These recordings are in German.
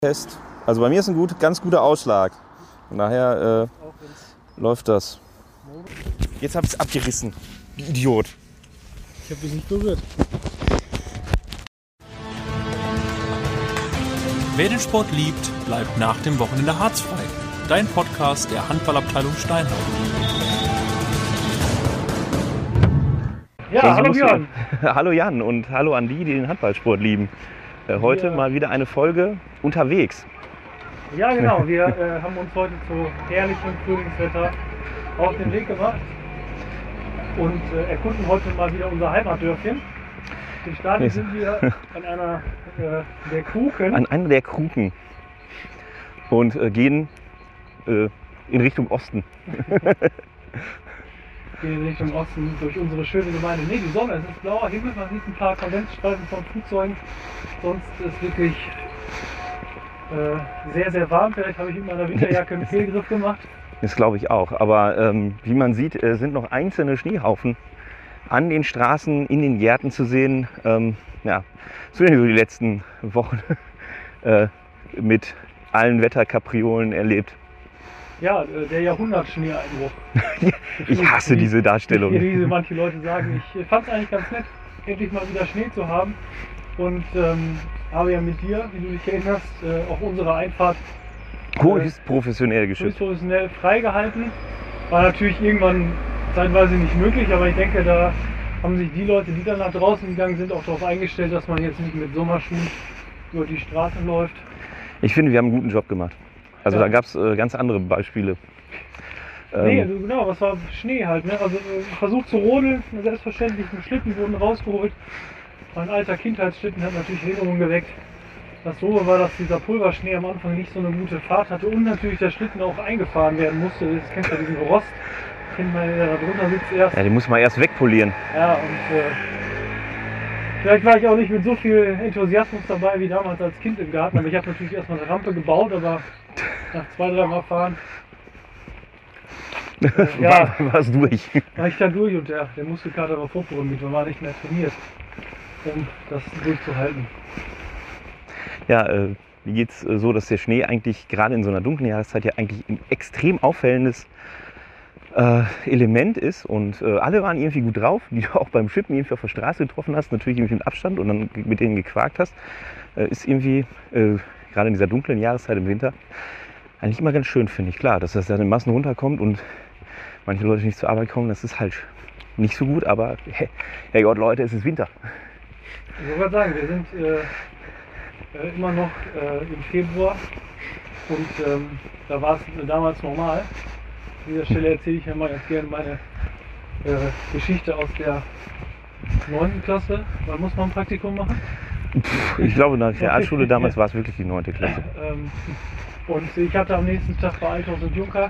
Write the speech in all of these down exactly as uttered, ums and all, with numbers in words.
Test. Also bei mir ist ein gut, ganz guter Ausschlag. Von daher äh, läuft das. Jetzt hab ich's abgerissen. Wie Idiot. Ich hab dich nicht berührt. Wer den Sport liebt, bleibt nach dem Wochenende harzfrei. Dein Podcast der Handballabteilung Steinhausen. Ja, So, so hallo musst Björn. du- Hallo Jan und hallo an die, die den Handballsport lieben. Äh, heute Ja. mal wieder eine Folge unterwegs. Ja, genau. Wir äh, haben uns heute zu herrlichem Frühlingswetter auf den Weg gemacht und äh, erkunden heute mal wieder unser Heimatdörfchen. Gestartet Yes. sind wir an einer äh, der Kuchen. An einer der Kruken. Und äh, gehen äh, in Richtung Osten. Gehen in Richtung Osten durch unsere schöne Gemeinde. Ne, die Sonne, es ist blauer Himmel, man sieht ein paar Kondensstreifen von Flugzeugen. Sonst ist wirklich äh, sehr, sehr warm. Vielleicht habe ich mit meiner Winterjacke einen Fehlgriff gemacht. Das glaube ich auch. Aber ähm, wie man sieht, äh, sind noch einzelne Schneehaufen an den Straßen, in den Gärten zu sehen. Ähm, ja, so wie so die letzten Wochen äh, mit allen Wetterkapriolen erlebt. Ja, äh, der Jahrhundertschneeeinbruch. Ich hasse diese Darstellung. Wie diese manche Leute sagen. Ich fand es eigentlich ganz nett, endlich mal wieder Schnee zu haben. Und ähm, habe ja mit dir, wie du dich erinnerst, äh, auch unsere Einfahrt Höchst professionell höchst geschützt. professionell freigehalten. War natürlich irgendwann zeitweise nicht möglich, aber ich denke, da haben sich die Leute, die dann nach draußen gegangen sind, auch darauf eingestellt, dass man jetzt nicht mit Sommerschuhen über die Straße läuft. Ich finde, wir haben einen guten Job gemacht. Also Ja. da gab es äh, ganz andere Beispiele. Ähm, Nee, also genau, was war Schnee halt, ne? Also äh, versucht zu rodeln, selbstverständlich, ein Schlitten wurden rausgeholt. Mein alter Kindheitsschlitten hat natürlich Erinnerungen geweckt. Das so war, dass dieser Pulverschnee am Anfang nicht so eine gute Fahrt hatte und natürlich der Schlitten auch eingefahren werden musste. Das kennst du ja, diesen Rost, kennt man, der da drunter sitzt erst. ja, den muss man erst wegpolieren. Ja, und äh, vielleicht war ich auch nicht mit so viel Enthusiasmus dabei wie damals als Kind im Garten, aber ich habe natürlich erstmal eine Rampe gebaut, aber nach zwei, drei Mal fahren äh, ja, War es durch. war ich da durch und der, der Muskelkater war vorprogrammiert, man war nicht mehr trainiert, um das durchzuhalten. Ja, äh, mir geht es äh, so, dass der Schnee eigentlich gerade in so einer dunklen Jahreszeit ja eigentlich ein extrem auffällendes äh, Element ist. Und äh, alle waren irgendwie gut drauf, die du auch beim Schippen irgendwie auf der Straße getroffen hast, natürlich irgendwie mit Abstand und dann mit denen gequakt hast. Äh, ist irgendwie, äh, gerade in dieser dunklen Jahreszeit im Winter, eigentlich immer ganz schön, finde ich. Klar, dass das dann in Massen runterkommt und manche Leute nicht zur Arbeit kommen, das ist halt nicht so gut, aber hey, Herrgott, Leute, es ist Winter. Ich wollte gerade sagen, wir sind äh, äh, immer noch äh, im Februar und ähm, da war es damals normal. An dieser Stelle erzähle ich ja mal ganz gerne meine äh, Geschichte aus der neunten Klasse. Wann muss man ein Praktikum machen? Ich glaube, nach der Realschule damals war es wirklich die neunte Klasse. Ähm, und ich hatte am nächsten Tag bei Althaus und Juncker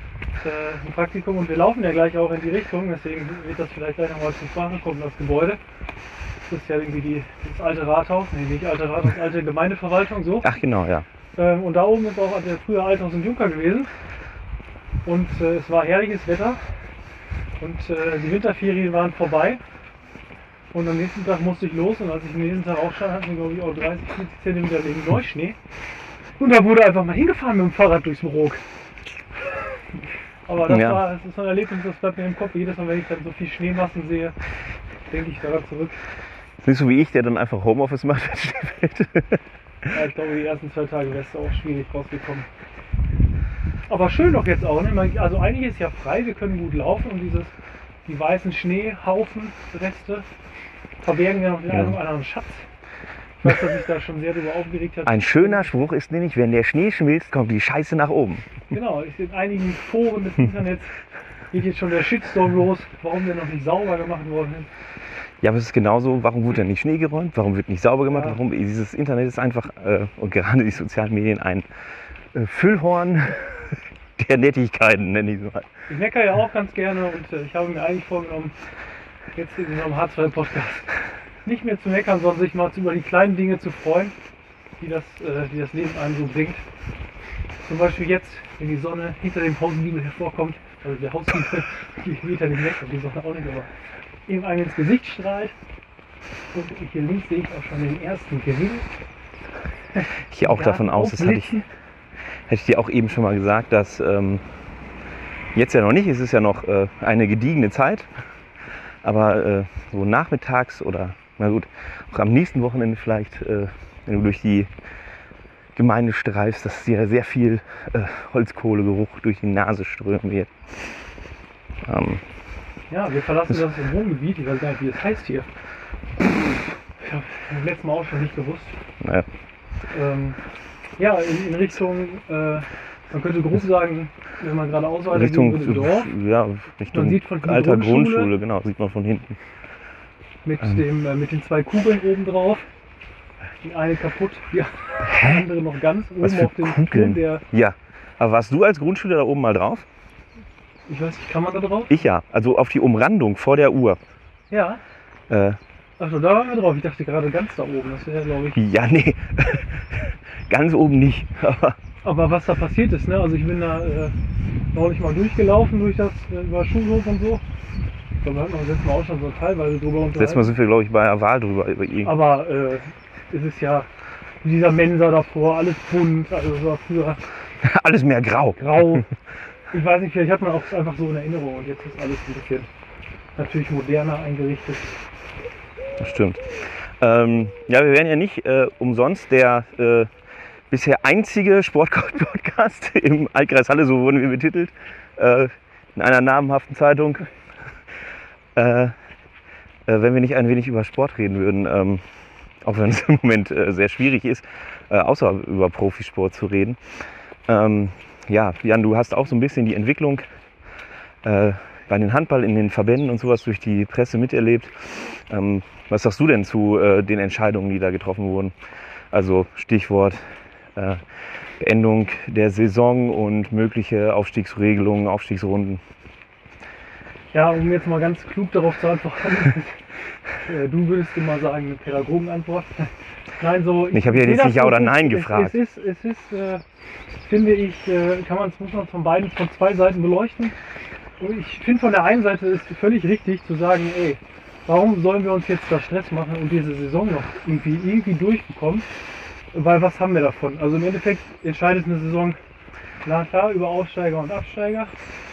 äh, ein Praktikum und wir laufen ja gleich auch in die Richtung, deswegen wird das vielleicht gleich nochmal zur Sprache kommen, das Gebäude. Das ist ja irgendwie die, das alte Rathaus, nee, nicht alte Rathaus, alte Gemeindeverwaltung, so. Ach genau, ja. Ähm, und da oben ist auch der frühe Althaus und Juncker gewesen. Und äh, es war herrliches Wetter und äh, die Winterferien waren vorbei. Und am nächsten Tag musste ich los und als ich am nächsten Tag aufstand, hatten wir glaube ich auch dreißig, vierzig Zentimeter neben Neuschnee. Und da wurde einfach mal hingefahren mit dem Fahrrad durchs Morog. Aber das, Ja. war, das ist so ein Erlebnis, das bleibt mir im Kopf. Jedes Mal, wenn ich dann so viel Schneemassen sehe, denke ich daran zurück. Ist nicht so wie ich, der dann einfach Homeoffice macht, wenn Schnee fällt. Ja, ich glaube, die ersten zwei Tage wärst du auch schwierig rausgekommen. Aber schön doch jetzt auch, ne? Man- Also eigentlich ist ja frei, wir können gut laufen und dieses, die weißen Schneehaufen, Reste, verbergen ja noch den Ja. einen oder anderen Schatz. Ich weiß, dass sich da schon sehr darüber aufgeregt hat. Ein schöner Spruch ist nämlich, wenn der Schnee schmilzt, kommt die Scheiße nach oben. Genau, ich- in einigen Foren des Internets geht jetzt schon der Shitstorm los, warum der noch nicht sauber gemacht worden ist. Ja, aber es ist genauso, warum wurde denn nicht Schnee geräumt, warum wird nicht sauber gemacht, Ja. warum dieses Internet ist einfach, äh, und gerade die sozialen Medien, ein äh, Füllhorn der Nettigkeiten, nenne ich es mal. Ich meckere ja auch ganz gerne und äh, ich habe mir eigentlich vorgenommen, jetzt in unserem H zwei Podcast nicht mehr zu meckern, sondern sich mal über die kleinen Dinge zu freuen, die das, äh, die das Leben einem so bringt. Zum Beispiel jetzt, wenn die Sonne hinter dem Hausgiebel hervorkommt, also der Hausgiebel geht ja nicht weg und die Sonne auch nicht, aber ihm einem ins Gesicht strahlt. Und hier links sehe ich auch schon den ersten Grill. ich gehe auch davon aus, das hatte ich, hätte ich dir auch eben schon mal gesagt, dass ähm, jetzt ja noch nicht, es ist ja noch äh, eine gediegene Zeit, aber äh, so nachmittags oder, na gut, auch am nächsten Wochenende vielleicht, äh, wenn du durch die Gemeinde streifst, dass dir sehr viel äh, Holzkohlegeruch durch die Nase strömen wird. Ähm, ja, wir verlassen das, das Wohngebiet, ich weiß gar nicht, wie das heißt hier. Ich habe beim letzten Mal auch schon nicht gewusst. naja. Ähm, ja, in, in Richtung, äh, man könnte grob sagen, wenn man geradeaus weiter Richtung, geht, Dorf. ja, Richtung Man sieht von der alter Grundschule, Grundschule, genau, sieht man von hinten. Mit, Ähm. dem, äh, mit den zwei Kugeln oben drauf. Die eine kaputt, die andere noch ganz oben Was für auf dem Kugeln? Turm, der, Ja, aber warst du als Grundschüler da oben mal drauf? ich weiß nicht, kann man da drauf? Ich ja, also auf die Umrandung vor der Uhr. Ja. Äh, Achso, da waren wir drauf. Ich dachte gerade ganz da oben. Das wäre, glaube ich. ja, nee, ganz oben nicht. Aber Aber was da passiert ist, ne? Also ich bin da äh, neulich mal durchgelaufen durch das äh, über Schulhof und so. Ich glaube, da hatten wir uns letztes Mal auch schon so teilweise drüber letztes Mal unterhalten. sind wir, glaube ich, bei der Wahl drüber. Über ihn. Aber äh, es ist ja mit dieser Mensa davor, alles bunt, also es war früher Alles mehr grau. grau. Ich weiß nicht, vielleicht hat man auch einfach so in Erinnerung und jetzt ist alles ein bisschen natürlich moderner eingerichtet. Das stimmt. Ähm, ja, wir werden ja nicht äh, umsonst der äh, bisher einzige Sport-Podcast im Altkreis Halle, so wurden wir betitelt, äh, in einer namhaften Zeitung. Äh, äh, wenn wir nicht ein wenig über Sport reden würden, ähm, auch wenn es im Moment äh, sehr schwierig ist, äh, außer über Profisport zu reden. Ähm, ja, Jan, du hast auch so ein bisschen die Entwicklung äh, bei den Handball in den Verbänden und sowas durch die Presse miterlebt. Ähm, was sagst du denn zu äh, den Entscheidungen, die da getroffen wurden? Also Stichwort äh, Beendung der Saison und mögliche Aufstiegsregelungen, Aufstiegsrunden. Ja, um jetzt mal ganz klug darauf zu antworten, äh, du würdest immer sagen, eine Pädagogenantwort. Nein, so. Ich habe ja sehe jetzt das nicht Ja so, oder es ist- Nein es, gefragt. Es ist, es ist äh, finde ich, äh, kann man es muss man von beiden, von zwei Seiten beleuchten. Und ich finde von der einen Seite ist völlig richtig zu sagen, ey, warum sollen wir uns jetzt da Stress machen und diese Saison noch irgendwie, irgendwie durchbekommen? Weil was haben wir davon? Also im Endeffekt entscheidet eine Saison klar, klar über Aufsteiger und Absteiger.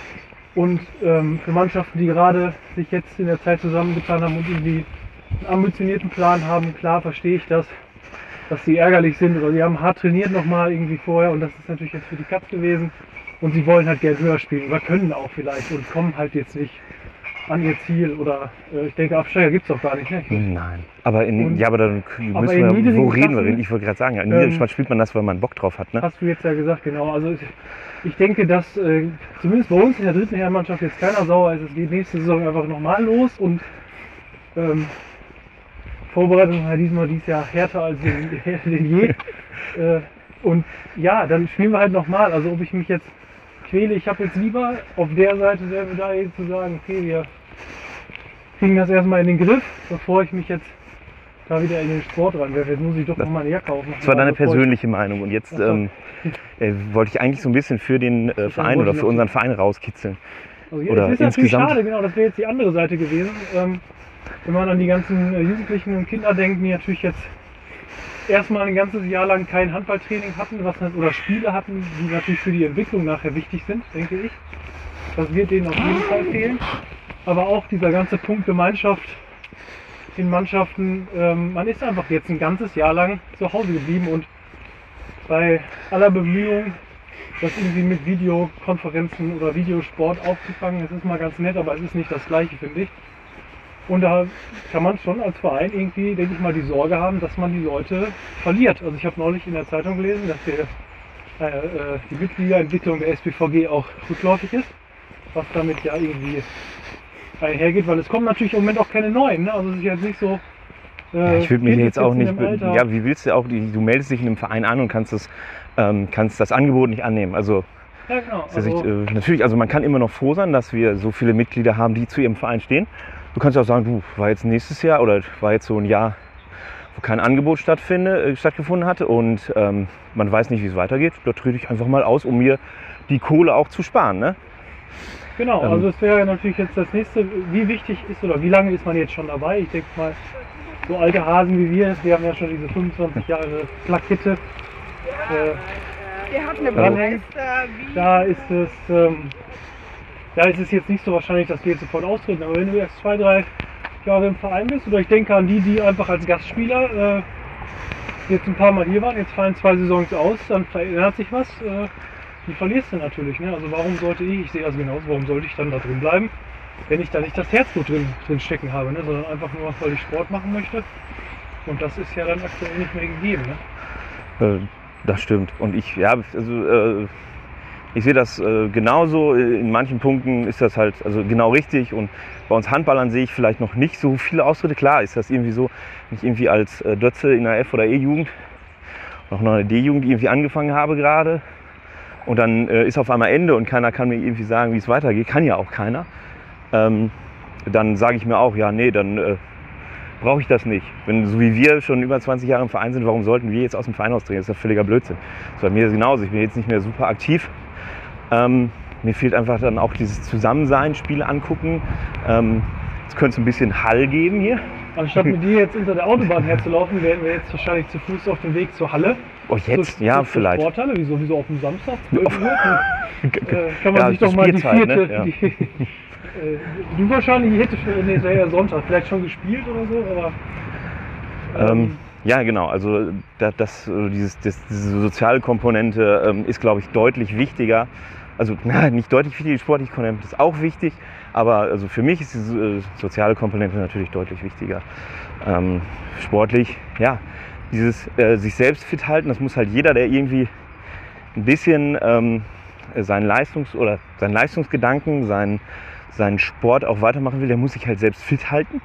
Und ähm, für Mannschaften, die gerade sich jetzt in der Zeit zusammengetan haben und irgendwie einen ambitionierten Plan haben, klar verstehe ich das, dass sie ärgerlich sind oder sie haben hart trainiert nochmal irgendwie vorher und das ist natürlich jetzt für die Katz gewesen und sie wollen halt gern höher spielen oder können auch vielleicht und kommen halt jetzt nicht an ihr Ziel oder äh, ich denke Absteiger gibt es auch gar nicht. Ne? Nein. Aber in, Und- ja, aber dann aber müssen in wir, niedrigen wo reden wir? Klassen, Ich wollte gerade sagen, ja, in ähm, Niederschlag spielt man das, weil man Bock drauf hat, ne? Hast du jetzt ja gesagt, genau. Also ich, ich denke, dass äh, zumindest bei uns in der dritten Herrenmannschaft jetzt keiner sauer ist. Es geht nächste Saison einfach nochmal los und ähm, Vorbereitung war diesmal dieses Jahr härter als denn, denn je. äh, und ja, dann spielen wir halt nochmal. Also ob ich mich jetzt quäle, ich habe jetzt lieber auf der Seite der Medaille zu sagen, okay, wir kriegen das erstmal in den Griff, bevor ich mich jetzt da wieder in den Sport reinwerfe. Jetzt muss ich doch Das- nochmal eine Jacke aufmachen. Das war deine bevor ich- persönliche Meinung und jetzt Ach so. ähm, äh, wollte ich eigentlich so ein bisschen für den äh, Verein oder für unseren Verein rauskitzeln. Also ja, Oder es ist natürlich insgesamt- schade, genau, das wäre jetzt die andere Seite gewesen. Ähm, wenn man an die ganzen äh, Jugendlichen und Kinder denkt, die natürlich jetzt erstmal ein ganzes Jahr lang kein Handballtraining hatten, was nicht- oder Spiele hatten, die natürlich für die Entwicklung nachher wichtig sind, denke ich. Das wird denen auf jeden Fall fehlen. Aber auch dieser ganze Punkt Gemeinschaft in Mannschaften, ähm, man ist einfach jetzt ein ganzes Jahr lang zu Hause geblieben und bei aller Bemühung, das irgendwie mit Videokonferenzen oder Videosport aufzufangen, das ist mal ganz nett, aber es ist nicht das Gleiche, finde ich. Und da kann man schon als Verein irgendwie, denke ich mal, die Sorge haben, dass man die Leute verliert. Also ich habe neulich in der Zeitung gelesen, dass der, äh, äh, die Mitgliederentwicklung der S B V G auch rückläufig ist, was damit ja irgendwie einhergeht, weil es kommen natürlich im Moment auch keine neuen. Ne? Also es ist jetzt nicht so. Äh, Ja, ich würde mich geht jetzt auch in nicht. dem be- Alter- Ja, wie willst du auch? die- Du meldest dich in einem Verein an und kannst das, ähm, kannst das Angebot nicht annehmen. Also, Ja, genau. das ist ja Also, nicht, äh, natürlich, also man kann immer noch froh sein, dass wir so viele Mitglieder haben, die zu ihrem Verein stehen. Du kannst auch sagen, du war jetzt nächstes Jahr oder war jetzt so ein Jahr, wo kein Angebot stattfinde, äh, stattgefunden hatte und ähm, man weiß nicht, wie es weitergeht. Da trete ich einfach mal aus, um mir die Kohle auch zu sparen. Ne? Genau, Ähm, also es wäre natürlich jetzt das nächste, wie wichtig ist oder wie lange ist man jetzt schon dabei? Ich denke mal, so alte Hasen wie wir, wir haben ja schon diese fünfundzwanzig Jahre Plakette. Äh, Der hat eine dranhängen. Meister, wie Da ist es, ähm, da ist es jetzt nicht so wahrscheinlich, dass wir jetzt sofort austreten. Aber wenn du erst zwei, drei Jahre im Verein bist, oder ich denke an die, die einfach als Gastspieler äh, jetzt ein paar Mal hier waren, jetzt fallen zwei Saisons aus, dann verändert sich was. Äh, die verlierst du natürlich. Ne? Also warum sollte ich, ich sehe das genauso, warum sollte ich dann da drin bleiben, wenn ich da nicht das Herzblut drin, drin stecken habe, ne? Sondern einfach nur, weil ich Sport machen möchte. Und das ist ja dann aktuell nicht mehr gegeben. Ne? Äh, das stimmt. Und ich, ja, also, äh, ich sehe das äh, genauso. In manchen Punkten ist das halt also genau richtig. Und bei uns Handballern sehe ich vielleicht noch nicht so viele Ausritte. Klar ist das irgendwie so, wenn ich irgendwie als äh, Dötze in der F- oder E-Jugend, noch in der D-Jugend irgendwie angefangen habe gerade. Und dann äh, ist auf einmal Ende und keiner kann mir irgendwie sagen, wie es weitergeht. Kann ja auch keiner. Ähm, dann sage ich mir auch, ja, nee, dann äh, brauche ich das nicht. Wenn so wie wir schon über zwanzig Jahre im Verein sind, warum sollten wir jetzt aus dem Verein austreten? Das ist ja völliger Blödsinn. Das war mir genauso. Ich bin jetzt nicht mehr super aktiv. Ähm, mir fehlt einfach dann auch dieses Zusammensein, Spiele angucken. Ähm, jetzt könnte es ein bisschen Hall geben hier. Anstatt mit dir jetzt unter der Autobahn herzulaufen, wären wir jetzt wahrscheinlich zu Fuß auf dem Weg zur Halle. Oh, jetzt? Zur, ja, zur vielleicht. Sporthalle, wieso, wieso auf dem Samstag? zwölf Uhr? äh, kann man Ja, sich doch mal die Spielzeit, vierte... ne? Ja. Die, äh, du wahrscheinlich hättest, nee, es wäre ja Sonntag, vielleicht schon gespielt oder so, aber... Ähm, ja, genau. Also das, das, dieses, das, diese soziale Komponente ähm, ist, glaube ich, deutlich wichtiger. Also na, nicht deutlich wichtig, die sportliche Komponente ist auch wichtig, aber also für mich ist die äh, soziale Komponente natürlich deutlich wichtiger. Ähm, sportlich, ja, dieses äh, sich selbst fit halten, das muss halt jeder, der irgendwie ein bisschen ähm, seinen Leistungs- oder seinen Leistungsgedanken, seinen, seinen Sport auch weitermachen will, der muss sich halt selbst fit halten.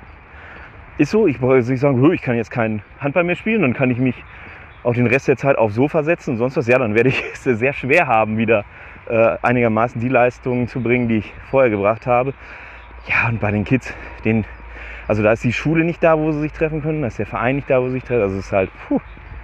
Ist so, ich brauche jetzt nicht sagen, ich kann jetzt keinen Handball mehr spielen, dann kann ich mich auch den Rest der Zeit aufs Sofa setzen und sonst was. Ja, dann werde ich es sehr schwer haben, wieder äh, einigermaßen die Leistungen zu bringen, die ich vorher gebracht habe. Ja, und bei den Kids, den, also da ist die Schule nicht da, wo sie sich treffen können, da ist der Verein nicht da, wo sie sich treffen. Also es ist halt, puh.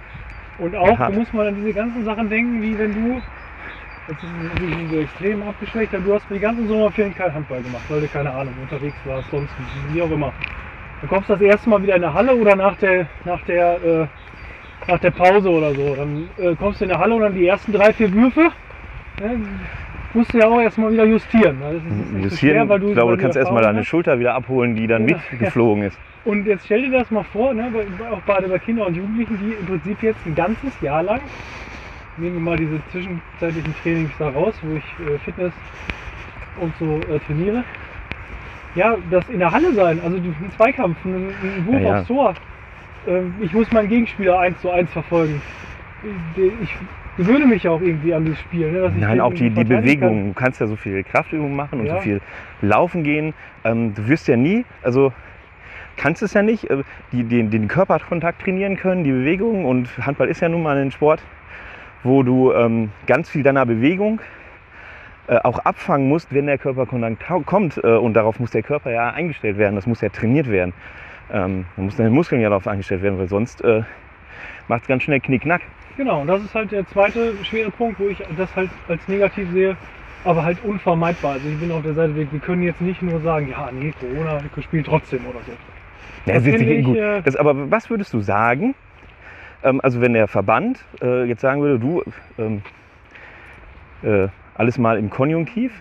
Und auch, hart. du musst mal an diese ganzen Sachen denken, wie wenn du, jetzt ist es natürlich so extrem abgeschwächt, aber du hast für die ganzen Sommerferien kein Handball gemacht, weil du, keine Ahnung, unterwegs warst, sonst wie auch immer. Dann kommst du das erste Mal wieder in der Halle oder nach der, nach der, äh, nach der Pause oder so. Dann äh, kommst du in der Halle und dann die ersten drei, vier Würfe, ne, musst du ja auch erstmal wieder justieren. Das ist nicht so Justieren, schwer, weil du, ich glaube, weil du kannst Erfahrung erstmal deine hast. Schulter wieder abholen, die dann Ja, mitgeflogen ist. Und jetzt stell dir das mal vor, ne, bei- auch bei, bei Kindern und Jugendlichen, die im Prinzip jetzt ein ganzes Jahr lang, nehmen wir mal diese zwischenzeitlichen Trainings da raus, wo ich äh, Fitness und so äh, trainiere. Ja, das in der Halle sein, also ein Zweikampf, ein, ein Wurf Ja, ja. aufs Tor. Ähm, ich muss meinen Gegenspieler eins zu eins verfolgen. Ich gewöhne mich ja auch irgendwie an das Spiel. Ne, dass ich Nein, den auch die, die verteidigen Bewegung. Du kannst ja so viel Kraftübungen machen und Ja. so viel laufen gehen. Ähm, du wirst ja nie, also kannst es ja nicht, äh, die, den, den Körperkontakt trainieren können, die Bewegung. Und Handball ist ja nun mal ein Sport, wo du ähm, ganz viel deiner Bewegung äh, auch abfangen musst, wenn der Körperkontakt tau- kommt. Äh, und darauf muss der Körper ja eingestellt werden, das muss ja trainiert werden. Ähm, da müssen deine Muskeln ja darauf eingestellt werden, weil sonst äh, macht es ganz schnell Knick-Knack. Genau, und das ist halt der zweite schwere Punkt, wo ich das halt als negativ sehe, aber halt unvermeidbar. Also ich bin auf der Seite, wir wir können jetzt nicht nur sagen, ja, nee, Corona, wir spielen trotzdem oder so. Ja, Das das ist finde gut. ich, äh, Das, aber was würdest du sagen, ähm, also wenn der Verband äh, jetzt sagen würde, du, ähm, äh, alles mal im Konjunktiv?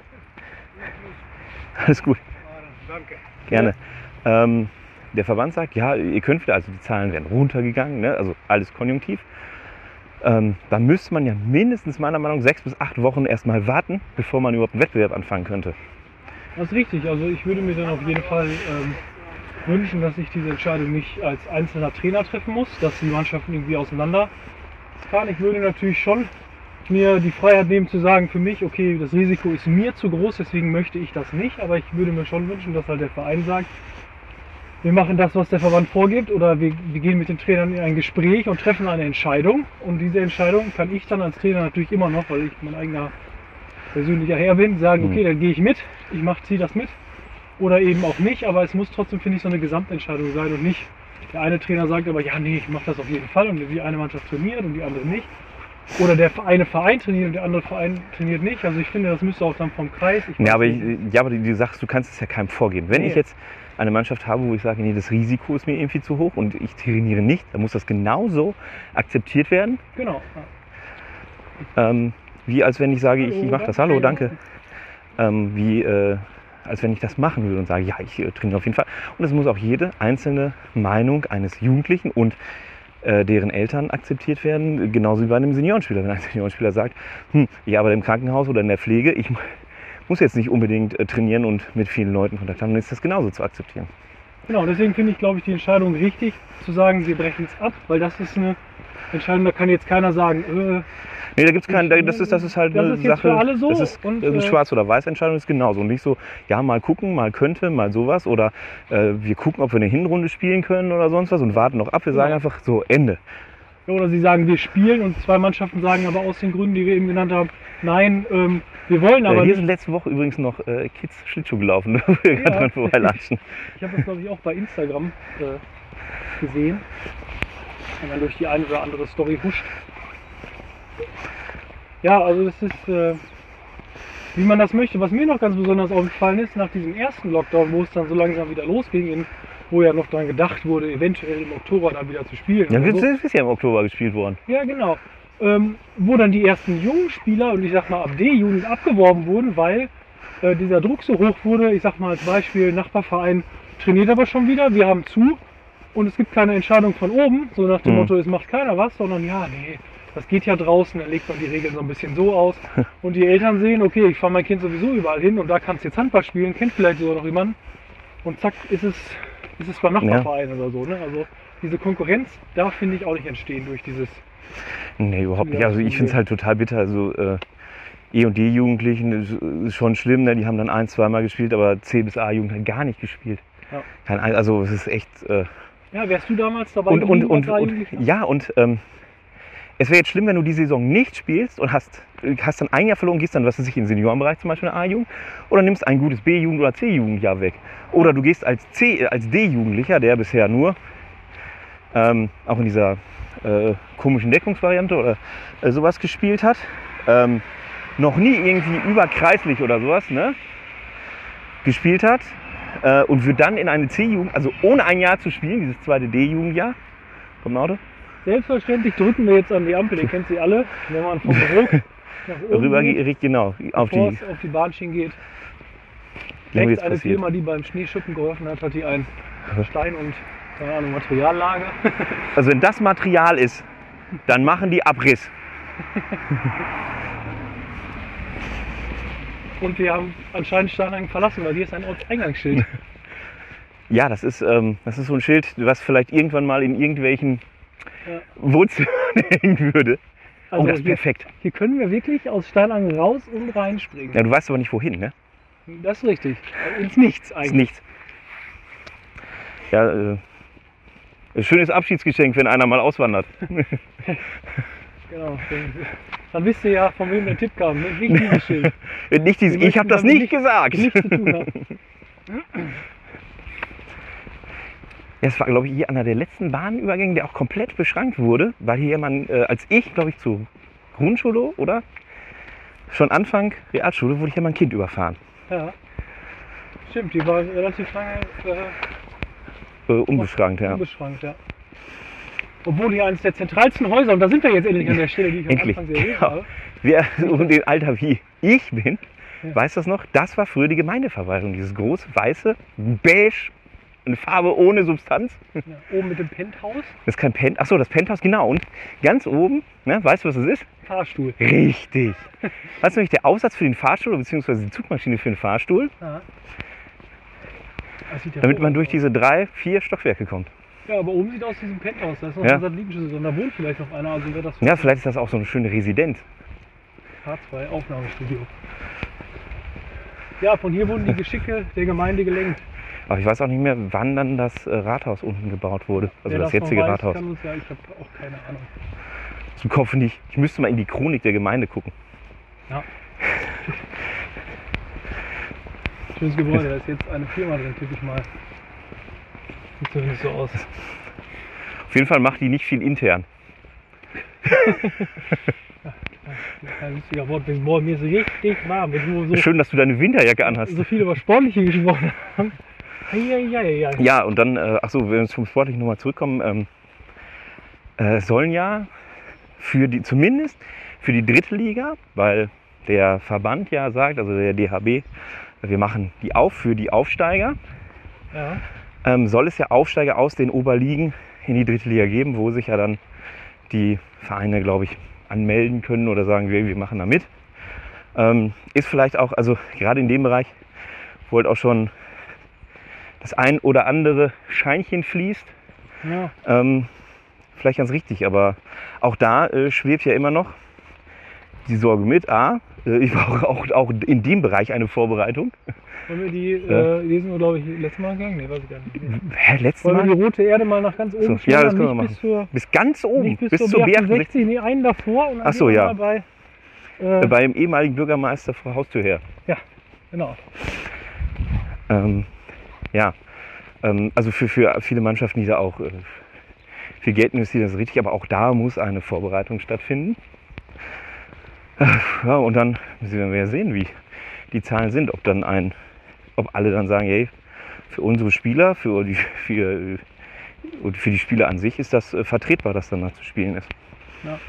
Alles gut, Danke. gerne. Ähm, der Verband sagt, ja, ihr könnt wieder, also die Zahlen werden runtergegangen, ne? Also alles konjunktiv. Ähm, dann müsste man ja mindestens meiner Meinung nach sechs bis acht Wochen erstmal warten, bevor man überhaupt einen Wettbewerb anfangen könnte. Das ist richtig, also ich würde mir dann auf jeden Fall ähm, wünschen, dass ich diese Entscheidung nicht als einzelner Trainer treffen muss, dass die Mannschaften irgendwie auseinander fahren. Ich würde natürlich schon mir die Freiheit nehmen zu sagen, für mich, okay, das Risiko ist mir zu groß, deswegen möchte ich das nicht, aber ich würde mir schon wünschen, dass halt der Verein sagt, wir machen das, was der Verband vorgibt, oder wir, wir gehen mit den Trainern in ein Gespräch und treffen eine Entscheidung, und diese Entscheidung kann ich dann als Trainer natürlich immer noch, weil ich mein eigener persönlicher Herr bin, sagen, okay, dann gehe ich mit, ich mach, ziehe das mit, oder eben auch nicht, aber es muss trotzdem, finde ich, so eine Gesamtentscheidung sein und nicht der eine Trainer sagt aber, ja, nee, ich mache das auf jeden Fall, und die eine Mannschaft trainiert und die andere nicht. Oder der eine Verein trainiert und der andere Verein trainiert nicht. Also ich finde, das müsste auch dann vom Kreis. Ich Ja, weiß aber, ich, nicht. ja, aber du sagst, du kannst es ja keinem vorgeben. Wenn Nee. ich jetzt eine Mannschaft habe, wo ich sage, nee, das Risiko ist mir irgendwie zu hoch und ich trainiere nicht, dann muss das genauso akzeptiert werden, Genau. Ja. ähm, wie als wenn ich sage, ich, Hallo, ich mache das, danke. hallo, danke, ähm, wie äh, als wenn ich das machen würde und sage, ja, ich äh, trainiere auf jeden Fall. Und es muss auch jede einzelne Meinung eines Jugendlichen und äh, deren Eltern akzeptiert werden, genauso wie bei einem Seniorenspieler. Wenn ein Seniorenspieler sagt, hm, ich arbeite im Krankenhaus oder in der Pflege, ich muss jetzt nicht unbedingt äh, trainieren und mit vielen Leuten Kontakt haben, dann ist das genauso zu akzeptieren. Genau, deswegen finde ich, glaube ich, die Entscheidung richtig, zu sagen, wir brechen es ab, weil das ist eine Entscheidung, da kann jetzt keiner sagen, äh, Nee, da gibt's keinen, da- das ist, das ist halt Das eine ist jetzt Sache, für alle so das ist, und, das ist äh, schwarz oder weiß Entscheidung ist genauso und nicht so, ja, mal gucken, mal könnte, mal sowas oder äh, wir gucken, ob wir eine Hinrunde spielen können oder sonst was und warten noch ab, wir sagen Ja. einfach so, Ende. oder sie sagen, wir spielen und zwei Mannschaften sagen aber aus den Gründen, die wir eben genannt haben, nein, ähm, wir wollen Äh, aber hier nicht. sind letzte Woche übrigens noch äh, Kids Schlittschuh gelaufen, wo wir gerade dran vorbeilatschen. Ich habe das, glaube ich, auch bei Instagram äh, gesehen, wenn man durch die eine oder andere Story huscht. Ja, also das ist, äh, wie man das möchte. Was mir noch ganz besonders aufgefallen ist, nach diesem ersten Lockdown, wo es dann so langsam wieder losging, in, wo ja noch daran gedacht wurde, eventuell im Oktober dann wieder zu spielen. Ja, oder das so. ist ja im Oktober gespielt worden. Ja, genau. Ähm, wo dann die ersten jungen Spieler und ich sag mal ab D-Jugend abgeworben wurden, weil äh, dieser Druck so hoch wurde. Ich sag mal als Beispiel, Nachbarverein trainiert aber schon wieder, wir haben zu und es gibt keine Entscheidung von oben, so nach dem Mhm. Motto, es macht keiner was, sondern ja, nee, das geht ja draußen, dann legt man die Regeln so ein bisschen so aus und die Eltern sehen, okay, ich fahre mein Kind sowieso überall hin und da kannst du jetzt Handball spielen, kennt vielleicht sogar noch jemanden und zack, ist es, ist es beim Nachbarverein oder so. Ne? Also diese Konkurrenz darf, finde ich, auch nicht entstehen durch dieses. Nee, überhaupt nicht. Ja, Also ich finde es halt total bitter. Also äh, E- und D-Jugendlichen ist, ist schon schlimm, ne? Die haben dann ein, zweimal gespielt, aber C bis A-Jugend hat gar nicht gespielt. Ja. Kein, ein- also es ist echt... Äh, Ja, wärst du damals dabei und, und, geblieben und, als und, Jugendlicher? ja, und ähm, es wäre jetzt schlimm, wenn du die Saison nicht spielst und hast, hast dann ein Jahr verloren, gehst dann, was weiß ich, in den Seniorenbereich zum Beispiel in der A-Jugend oder nimmst ein gutes B-Jugend- oder C-Jugendjahr weg. Oder du gehst als C, als D-Jugendlicher, der bisher nur ähm, auch in dieser äh, komischen Deckungsvariante oder äh, sowas gespielt hat, ähm, noch nie irgendwie überkreislich oder sowas, ne, gespielt hat äh, und wird dann in eine C-Jugend, also ohne ein Jahr zu spielen, dieses zweite D-Jugendjahr, kommt ein Auto? Selbstverständlich drücken wir jetzt an die Ampel, ihr kennt sie alle, wenn man vom Ruck nach oben Rüber geht, geht, genau, auf bevor die, es auf die Bahnschienen geht. Lang Rechts wird's eine passiert. Firma, die beim Schneeschuppen geholfen hat, hat die ein Stein- und keine Ahnung, Materiallager. Also wenn das Material ist, dann machen die Abriss. Und wir haben anscheinend Steinhagen verlassen, weil hier ist ein Ortseingangsschild. Ja, das ist, ähm, das ist so ein Schild, was vielleicht irgendwann mal in irgendwelchen Ja. Wohnzimmern hängen würde. Oh, das ist hier, perfekt. hier können wir wirklich aus Steinhagen raus und reinspringen. Ja, du weißt aber nicht wohin, ne? Das ist richtig. Ins Nichts Ist eigentlich. nichts. Ja, äh, ein schönes Abschiedsgeschenk, wenn einer mal auswandert. Genau. Dann, dann wisst ihr ja, von wem der Tipp kam. Nicht nicht dieses Schild. Nicht dieses, Wir ich habe möchten das damit nicht nicht- gesagt. Nichts zu tun haben. Ja, es war, glaube ich, hier einer der letzten Bahnübergänge, der auch komplett beschrankt wurde, weil hier jemand, äh, als ich, glaube ich, zur Grundschule oder schon Anfang Realschule, wurde hier mal ein Kind überfahren. Ja. Stimmt, die war relativ lange äh, Äh, unbeschrankt, ja. unbeschrankt, ja. Obwohl hier eines der zentralsten Häuser, und da sind wir jetzt endlich an der Stelle, die ich am Endlich, Anfang sehr erwähnt genau. habe. Wer so in dem Alter wie ich bin, Ja. weiß das noch? Das war früher die Gemeindeverwaltung. Dieses große, weiße, beige, eine Farbe ohne Substanz. Ja, oben mit dem Penthouse, Das ist kein Pent. Achso, das Penthouse, genau. Und ganz oben, ne, weißt du, was es ist? Fahrstuhl. Richtig. Was ist nämlich der Aufsatz für den Fahrstuhl, beziehungsweise die Zugmaschine für den Fahrstuhl, Ja. Das sieht ja damit man durch hervorragend diese drei, vier Stockwerke kommt. aus. Ja, aber oben sieht aus wie ein Penthouse. Da ist noch Ja. ein Satellitenschüssel drin. Da wohnt vielleicht noch einer. Also wäre das Ja, vielleicht ist das auch so eine schöne Residenz. H zwei Aufnahmestudio. Ja, von hier wurden die Geschicke der Gemeinde gelenkt. Aber ich weiß auch nicht mehr, wann dann das äh, Rathaus unten gebaut wurde. Also Wer das noch jetzige weiß, Rathaus. Kann uns ja, ich habe auch keine Ahnung. Zum Kopf nicht. Ich müsste mal in die Chronik der Gemeinde gucken. Ja. Schönes Gebäude, da ist jetzt eine Firma drin, tippe ich mal. Sieht zumindest so aus. Auf jeden Fall macht die nicht viel intern. Ein lustiger Wort. Boah, mir ist richtig warm. Wenn wir so, Schön, dass du deine Winterjacke anhast. so viel über Sportliche gesprochen haben. Eieieiei. Ja, und dann, äh, achso, wenn wir zum Sportlichen nochmal zurückkommen, ähm, äh, sollen ja für die, zumindest für die dritte Liga, weil der Verband ja sagt, also der D H B, wir machen die auf für die Aufsteiger, Ja. ähm, soll es ja Aufsteiger aus den Oberligen in die dritte Liga geben, wo sich ja dann die Vereine, glaube ich, anmelden können oder sagen, wir, wir machen da mit. Ähm, ist vielleicht auch, also gerade in dem Bereich, wo halt auch schon das ein oder andere Scheinchen fließt, Ja. ähm, vielleicht ganz richtig, aber auch da äh, schwebt ja immer noch die Sorge mit. A, äh, ich brauche auch, auch in dem Bereich eine Vorbereitung. Wollen wir die, Ja. äh, lesen wir, glaube ich, letztes Mal gegangen? Nee, weiß ich gar nicht. Nee. Hä, letztes Wollen wir Mal? die rote Erde mal nach ganz oben So, ja, das schneidern? können wir Nicht machen. bis zur, Bis ganz oben, nicht bis, bis zur zur B B achtundsechzig, nee, einen davor. Und dann Ach so, gehen wir ja. mal bei, äh, äh, beim ehemaligen Bürgermeister vor Haustür her. genau. Ähm, ja, ähm, also für, für viele Mannschaften, die da auch äh, viel Geld investieren, das ist richtig, aber auch da muss eine Vorbereitung stattfinden. Äh, Ja, und dann müssen wir ja sehen, wie die Zahlen sind, ob dann ein, ob alle dann sagen, hey, für unsere Spieler, für die, für, äh, und für die Spieler an sich ist das äh, vertretbar, dass dann da zu spielen ist. Ja.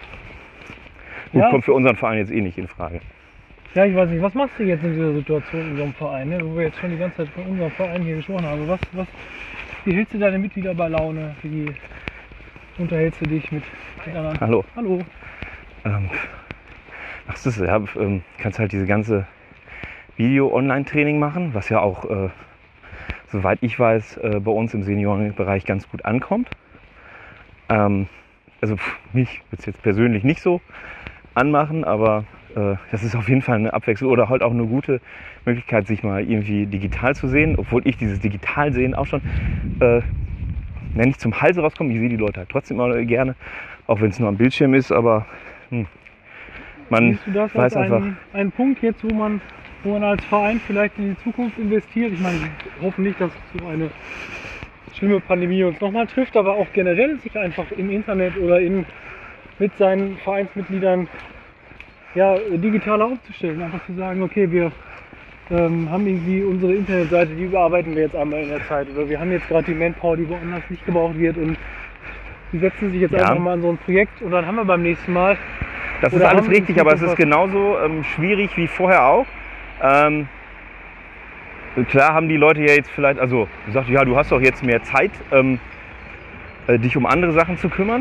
Gut, Ja, kommt für unseren Verein jetzt eh nicht in Frage. Ja, ich weiß nicht, was machst du jetzt in dieser Situation in unserem Verein, ne? Wo wir jetzt schon die ganze Zeit von unserem Verein hier gesprochen haben. Was, was, wie hältst du deine Mitglieder bei Laune? Wie unterhältst du dich mit, mit anderen? Hallo. Hallo. Ähm, ach, das ist, ja, ähm, kannst halt diese ganze Video-Online-Training machen, was ja auch, äh, soweit ich weiß, äh, bei uns im Seniorenbereich ganz gut ankommt. Ähm, also pff, mich würde es jetzt persönlich nicht so anmachen, aber äh, das ist auf jeden Fall eine Abwechslung oder halt auch eine gute Möglichkeit, sich mal irgendwie digital zu sehen, obwohl ich dieses Digitalsehen auch schon äh, wenn ich zum Hals rauskomme, ich sehe die Leute halt trotzdem immer gerne, auch wenn es nur am Bildschirm ist, aber hm, man Siehst du das weiß als einfach, einen, einen Punkt jetzt, wo man, wo man als Verein vielleicht in die Zukunft investiert? Ich meine, wir hoffen nicht, dass so eine schlimme Pandemie uns nochmal trifft, aber auch generell sich einfach im Internet oder in, mit seinen Vereinsmitgliedern ja, digitaler aufzustellen. Einfach zu sagen, okay, wir ähm, haben irgendwie unsere Internetseite, die überarbeiten wir jetzt einmal in der Zeit. Oder wir haben jetzt gerade die Manpower, die woanders nicht gebraucht wird und die setzen sich jetzt Ja. einfach mal an so ein Projekt und dann haben wir beim nächsten Mal das ist oder alles haben in richtig, aber es ist Zukunft genauso ähm, schwierig wie vorher auch. Ähm, klar haben die Leute ja jetzt vielleicht, also du sagst, ja, du hast doch jetzt mehr Zeit, ähm, äh, dich um andere Sachen zu kümmern,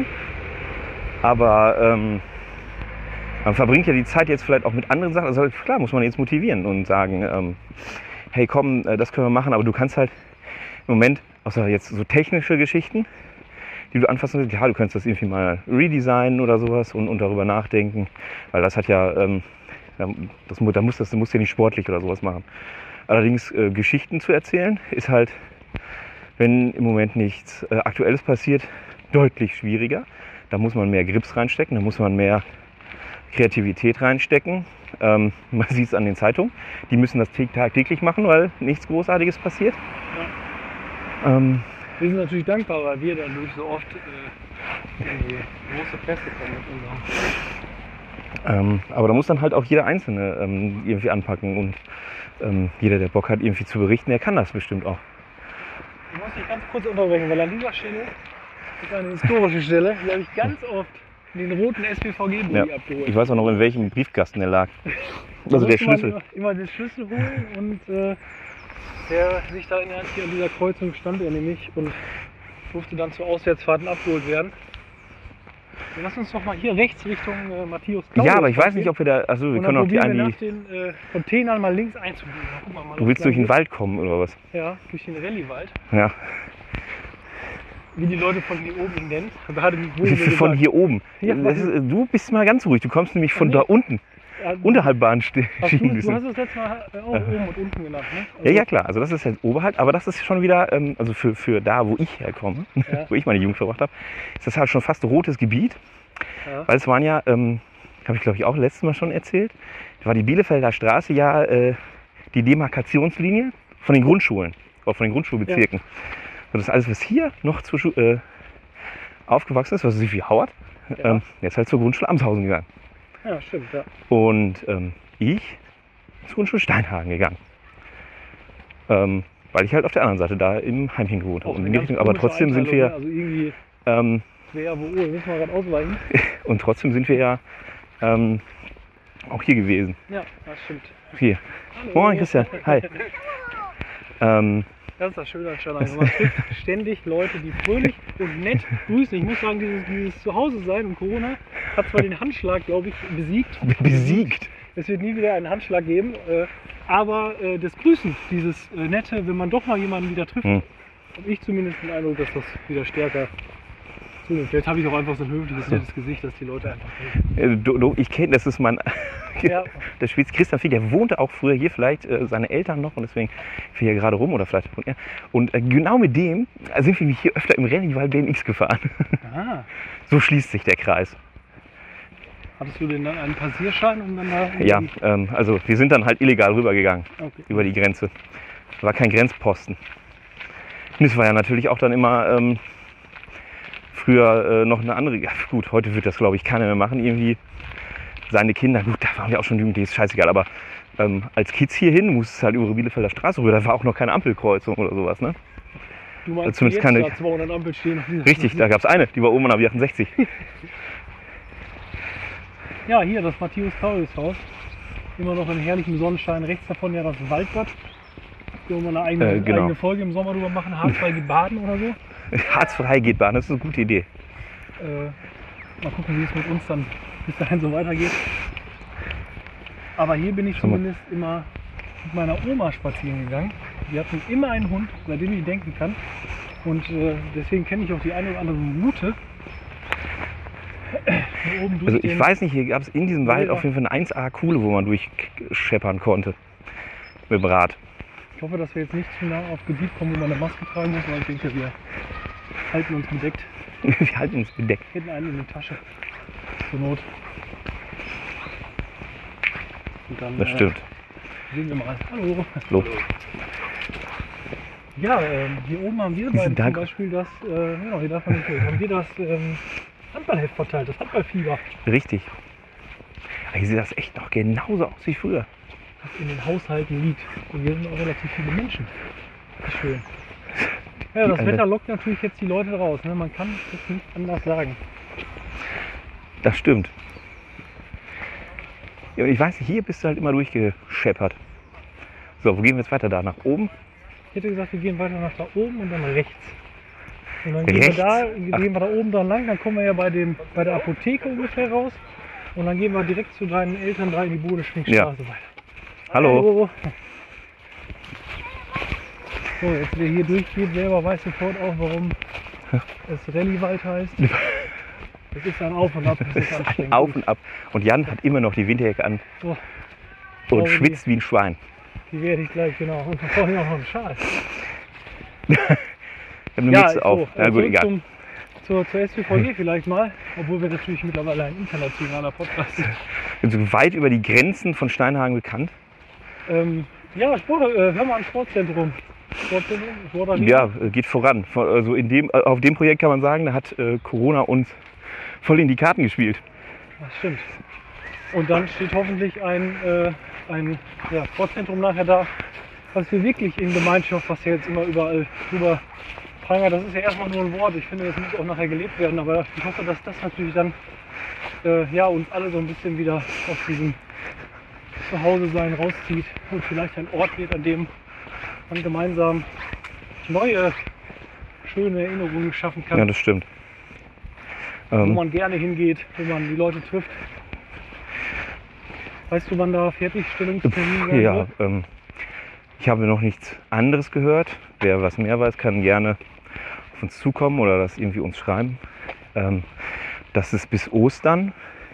aber ähm, man verbringt ja die Zeit jetzt vielleicht auch mit anderen Sachen. Also klar muss man jetzt motivieren und sagen, ähm, hey komm, äh, das können wir machen, aber du kannst halt im Moment, außer jetzt so technische Geschichten, die du anfassen willst, ja, du könntest das irgendwie mal redesignen oder sowas und, und darüber nachdenken, weil das hat ja, ähm, das, da musst das, du musst ja nicht sportlich oder sowas machen. Allerdings äh, Geschichten zu erzählen ist halt, wenn im Moment nichts äh, Aktuelles passiert, deutlich schwieriger. Da muss man mehr Grips reinstecken, da muss man mehr Kreativität reinstecken. Ähm, man sieht es an den Zeitungen, die müssen das tagtäglich machen, weil nichts Großartiges passiert. Ja. Ähm, Wir sind natürlich dankbar, weil wir dadurch so oft äh, in die große Presse kommen mit unserem. ähm, aber da muss dann halt auch jeder Einzelne ähm, irgendwie anpacken und ähm, jeder, der Bock hat, irgendwie zu berichten, der kann das bestimmt auch. Ich muss dich ganz kurz unterbrechen, weil an dieser Stelle ist eine historische Stelle, die habe ich ganz oft den roten S P V G-Bulli Ja. abgeholt. Ich weiß auch noch, in welchem Briefkasten der lag. Da Also der musste man Schlüssel. Immer, immer den Schlüssel holen und äh, der sich da innerhalb hier an dieser Kreuzung stand er nämlich und durfte dann zu Auswärtsfahrten abgeholt werden. Ja, lass uns doch mal hier rechts Richtung äh, Matthäus Claudius Ja, aber ich weiß gehen. nicht, ob wir da. Also wir Und können dann auch die probieren wir an nach die. den äh, Containern mal links einzubiegen. Dann gucken wir mal, Du was willst da durch den ist. Wald kommen oder was? Ja, durch den Rallye-Wald. Ja. Wie die Leute von hier oben ihn nennen. Gerade die wurde mir Von gesagt. hier oben. Ja, Das ist, du bist mal ganz ruhig. Du kommst nämlich von nee. da unten. Ja, Unterhalb Ach, du, Bahnschienen. du hast es letztes Mal äh, auch oben und unten genannt, ne? Ja, ja, klar. Also das ist jetzt oberhalb, aber das ist schon wieder, ähm, also für, für da, wo ich herkomme, Ja. wo ich meine Jugend verbracht habe, ist das halt schon fast rotes Gebiet. Ja. Weil es waren ja, ähm, habe ich glaube ich auch letztes Mal schon erzählt, da war die Bielefelder Straße ja äh, die Demarkationslinie von den Grundschulen, auch von den Grundschulbezirken. Und das ist alles, was hier noch zu, Schu- äh, aufgewachsen ist, was ist wie Hauert, Ja. ähm, jetzt halt zur Grundschule Amshausen gegangen. Ja, stimmt, ja. Und ähm, ich zur Grundschule Steinhagen gegangen. Ähm, weil ich halt auf der anderen Seite da im Heimchen gewohnt habe. Auch Und eine in die ganz Richtung, aber komische trotzdem sind Einteilung, wir, ne? Also irgendwie ähm, quer, wo, oh, müssen wir gerade ausweichen. und trotzdem sind wir ja ähm, auch hier gewesen. Ja, das stimmt. Hier. Hallo. Moin Christian, hi. ähm, Das ist das Schöne an Steinhagen. Man trifft ständig Leute, die fröhlich und nett grüßen. Ich muss sagen, dieses, dieses Zuhause-Sein und Corona hat zwar den Handschlag, glaube ich, besiegt. besiegt. Es wird nie wieder einen Handschlag geben. Äh, aber äh, das Grüßen, dieses äh, Nette, wenn man doch mal jemanden wieder trifft, Hm. habe ich zumindest den Eindruck, dass das wieder stärker zunimmt. Vielleicht habe ich auch einfach so ein höfliches, nettes Gesicht, dass die Leute einfach reden. Äh, du, du, ich kenne, das ist mein. Ja. Der Schweiz Christian Fied, der wohnte auch früher hier, vielleicht äh, seine Eltern noch und deswegen fiel er gerade rum oder vielleicht wohnt er. Und äh, genau mit dem äh, sind wir hier öfter im Rallye-Wald B M X gefahren. Ah. So schließt sich der Kreis. Hattest du denn dann einen Passierschein, um dann da... Ja, ähm, also wir sind dann halt illegal rübergegangen Okay. über die Grenze. War kein Grenzposten. Und es war ja natürlich auch dann immer ähm, früher äh, noch eine andere. Ja, gut, heute wird das glaube ich keiner mehr machen. Irgendwie seine Kinder, gut, da waren wir auch schon jugendlich, ist scheißegal, aber ähm, als Kids hierhin musste es halt über Bielefelder Straße rüber. Da war auch noch keine Ampelkreuzung oder sowas, ne? Du meinst, Zumindest jetzt keine- da zweihundert Ampel stehen. Richtig, da gab es eine, die war oben an der B achtundsechzig. Ja, hier das Matthäus-Kauris-Haus. Immer noch in herrlichem Sonnenschein. Rechts davon ja das Waldbad. Hier wollen wir eine eigene, Äh, genau. eigene Folge im Sommer drüber machen. Harzfrei baden oder so. Harzfrei geht Bahn, das ist eine gute Idee. Äh, mal gucken, wie es mit uns dann bis dahin so weitergeht. Aber hier bin ich Schau mal. zumindest immer mit meiner Oma spazieren gegangen. Die hatten immer einen Hund, seitdem ich denken kann. Und äh, deswegen kenne ich auch die eine oder andere Route. Hier oben durch Also ich den- weiß nicht, hier gab es in diesem Wald Ja. auf jeden Fall eine eins A Kuhle, wo man durchscheppern konnte. Mit dem Rad. Ich hoffe, dass wir jetzt nicht zu nah auf Gebiet kommen, wo man eine Maske tragen muss, weil ich denke, wir halten uns bedeckt. Wir halten uns bedeckt. Hätten einen in der Tasche. Zur Not. Und dann Das äh, stimmt. sehen wir mal. Hallo. Hallo. Ja, ähm, hier oben haben wir Diesen beiden zum Tag- Beispiel das, äh, genau, hier darf man nicht durch, haben wir das ähm, Handballheft verteilt, das Handballfieber, Richtig. Aber hier sieht das echt noch genauso aus wie früher. das in den Haushalten liegt. Und hier sind auch relativ viele Menschen. Wie schön. Ja, das Die- Wetter lockt natürlich jetzt die Leute raus. Ne? Man kann es nicht anders sagen. Das stimmt. Ja, und ich weiß nicht, hier bist du halt immer durchgescheppert. So, wo gehen wir jetzt weiter? Da nach oben? Ich hätte gesagt, wir gehen weiter nach da oben und dann rechts. Und dann gehen Rechts? wir, da, Ach. gehen wir da oben dran lang, dann kommen wir ja bei, dem, bei der Apotheke ungefähr raus. Und dann gehen wir direkt zu deinen Eltern da in die Bodeschwingstraße weiter. Hallo. So, jetzt wer hier durchgeht, selber weiß sofort auch, warum es Rallye-Wald heißt. Es ist ein Auf und Ab, es ist Ein anstrengend. Auf und Ab. Und Jan hat immer noch die Winterjacke an So, und glaube, schwitzt wie ein Schwein. die werde ich gleich, genau. Und dann brauche ich auch noch einen Schal. Ich habe eine Mütze auf. so, Ja äh, gut, zurück egal. Zum, zur, zur S P V G vielleicht mal, obwohl wir natürlich mittlerweile ein internationaler Podcast sind. Bin so weit über die Grenzen von Steinhagen bekannt. Ähm, ja, Sport, äh, hör mal ein Sportzentrum. Sportzentrum, Sportarena. Ja, äh, geht voran. Von- Also in dem, äh, auf dem Projekt kann man sagen, da hat äh, Corona uns voll in die Karten gespielt. Das stimmt. Und dann steht hoffentlich ein, äh, ein ja, Sportzentrum nachher da, was wir wirklich in Gemeinschaft, was ja jetzt immer überall drüber prangert, das ist ja erstmal nur ein Wort. Ich finde, das muss auch nachher gelebt werden, aber ich hoffe, dass das natürlich dann äh, ja, uns alle so ein bisschen wieder aus diesem Zuhause-Sein rauszieht und vielleicht ein Ort wird, an dem man gemeinsam neue, schöne Erinnerungen schaffen kann, Ja, das stimmt. wo Ähm, man gerne hingeht, wo man die Leute trifft. Weißt du, wann da Fertigstellungstermin sein ja, wird? ähm, ich habe noch nichts anderes gehört. Wer was mehr weiß, kann gerne auf uns zukommen oder das irgendwie uns schreiben. Ähm, dass es bis Ostern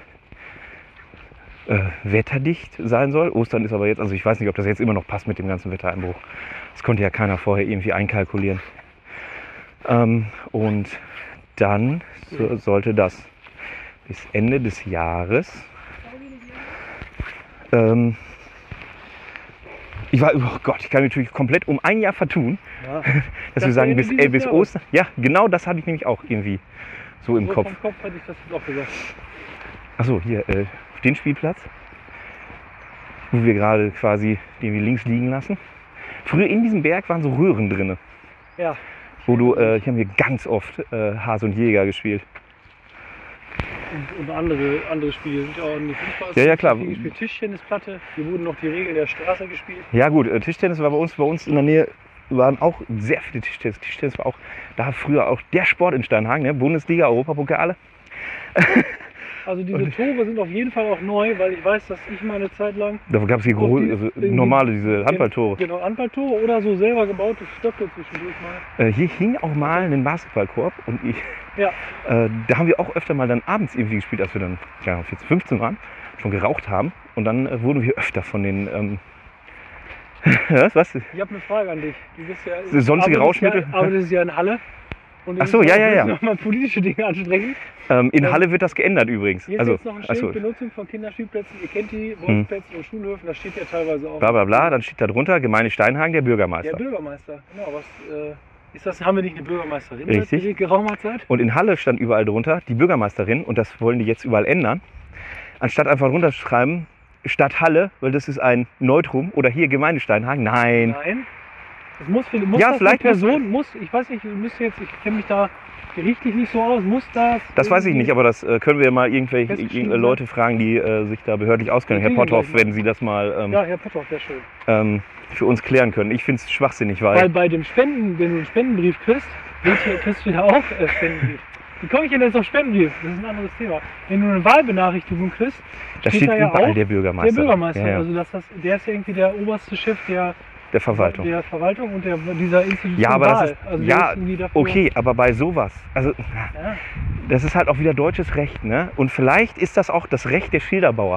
äh, wetterdicht sein soll. Ostern ist aber jetzt, also ich weiß nicht, ob das jetzt immer noch passt mit dem ganzen Wettereinbruch. Das konnte ja keiner vorher irgendwie einkalkulieren. Ähm, und dann so, sollte das bis Ende des Jahres ähm, ich war, oh Gott, ich kann mich natürlich komplett um ein Jahr vertun, Ja. dass Das wir sagen, Ende bis, dieses äh, bis Jahres. Ostern. Ja, genau das habe ich nämlich auch irgendwie so im So Kopf. vom Kopf hätte ich das jetzt auch gesagt. Achso, hier, äh, auf den Spielplatz, wo wir gerade quasi den wir links liegen lassen. Früher in diesem Berg waren so Röhren drin, Ja. wo du, äh, hier haben wir ganz oft äh, Hase und Jäger gespielt. Und, und andere, andere Spiele sind ja auch nicht Fußball. Ja, ja, klar. Viel gespielt. Tischtennisplatte. Hier wurden noch die Regeln der Straße gespielt. Ja gut, äh, Tischtennis war bei uns, bei uns in der Nähe waren auch sehr viele Tischtennis. Tischtennis war auch, da früher auch der Sport in Steinhagen, ne? Bundesliga, Europapokale. Also diese Tore sind auf jeden Fall auch neu, weil ich weiß, dass ich mal eine Zeit lang... Da gab es die, Auch die- also, die- normale, diese Handballtore. Genau, Handballtore oder so selber gebaute Stöcke zwischendurch mal. Äh, hier hing auch mal ein Basketballkorb und ich, Ja, äh, da haben wir auch öfter mal dann abends irgendwie gespielt, als wir dann ja, vierzehn, fünfzehn waren, schon geraucht haben. Und dann äh, wurden wir öfter von den... Ähm, was? was? ich habe eine Frage an dich. Du bist ja... Sonstige arbeitest Rauschmittel? Ja, arbeitest ja in Halle. Und Ach so, ja, ja, ja. noch mal politische Dinge ansprechen. Ähm, in Halle wird das geändert übrigens. Hier ist Also, jetzt noch ein Schild, achso, Benutzung von Kinderspielplätzen. Ihr kennt die, Bolzplätze und Schulhöfen, das steht ja teilweise auch. bla bla bla, dann steht da drunter Gemeinde Steinhagen, der Der Bürgermeister. Bürgermeister, genau. Was, äh, ist das, haben wir nicht eine Bürgermeisterin Richtig. seit geraumer Zeit? Und in Halle stand überall drunter die Bürgermeisterin und das wollen die jetzt überall ändern. Anstatt einfach runterschreiben, Stadt Halle, weil das ist ein Neutrum oder hier Gemeinde Steinhagen. Nein. Nein. Es muss, muss Ja, das vielleicht eine Person, muss, ich weiß nicht, müsste jetzt, ich kenne mich da gerichtlich nicht so aus, muss das... Das weiß ich irgendwie- nicht, aber das äh, können wir mal irgendwelche Festgeschrieben irgendwelche Leute fragen, die äh, sich da behördlich auskennen. Wir Herr kriegen Potthoff, gleich mal. wenn Sie das mal ähm, Ja, Herr Potthoff, sehr schön. ähm, für uns klären können. Ich finde es schwachsinnig, weil, Weil bei dem Spenden, wenn du einen Spendenbrief kriegst, kriegst du- kriegst du ja auch äh, Spendenbrief. Wie komme ich denn jetzt auf Spendenbrief? Das ist ein anderes Thema. Wenn du eine Wahlbenachrichtigung kriegst, da steht da ja überall auch der der Bürgermeister. Bürgermeister. Ja, ja, Also das, das, der ist ja irgendwie der oberste Chef der, der Verwaltung. der Verwaltung und der, dieser Institution Ja, aber das Wahl. ist, also der ja, ist irgendwie dafür, okay, aber bei sowas, also Ja, das ist halt auch wieder deutsches Recht, ne? Und vielleicht ist das auch das Recht der Schilderbauer.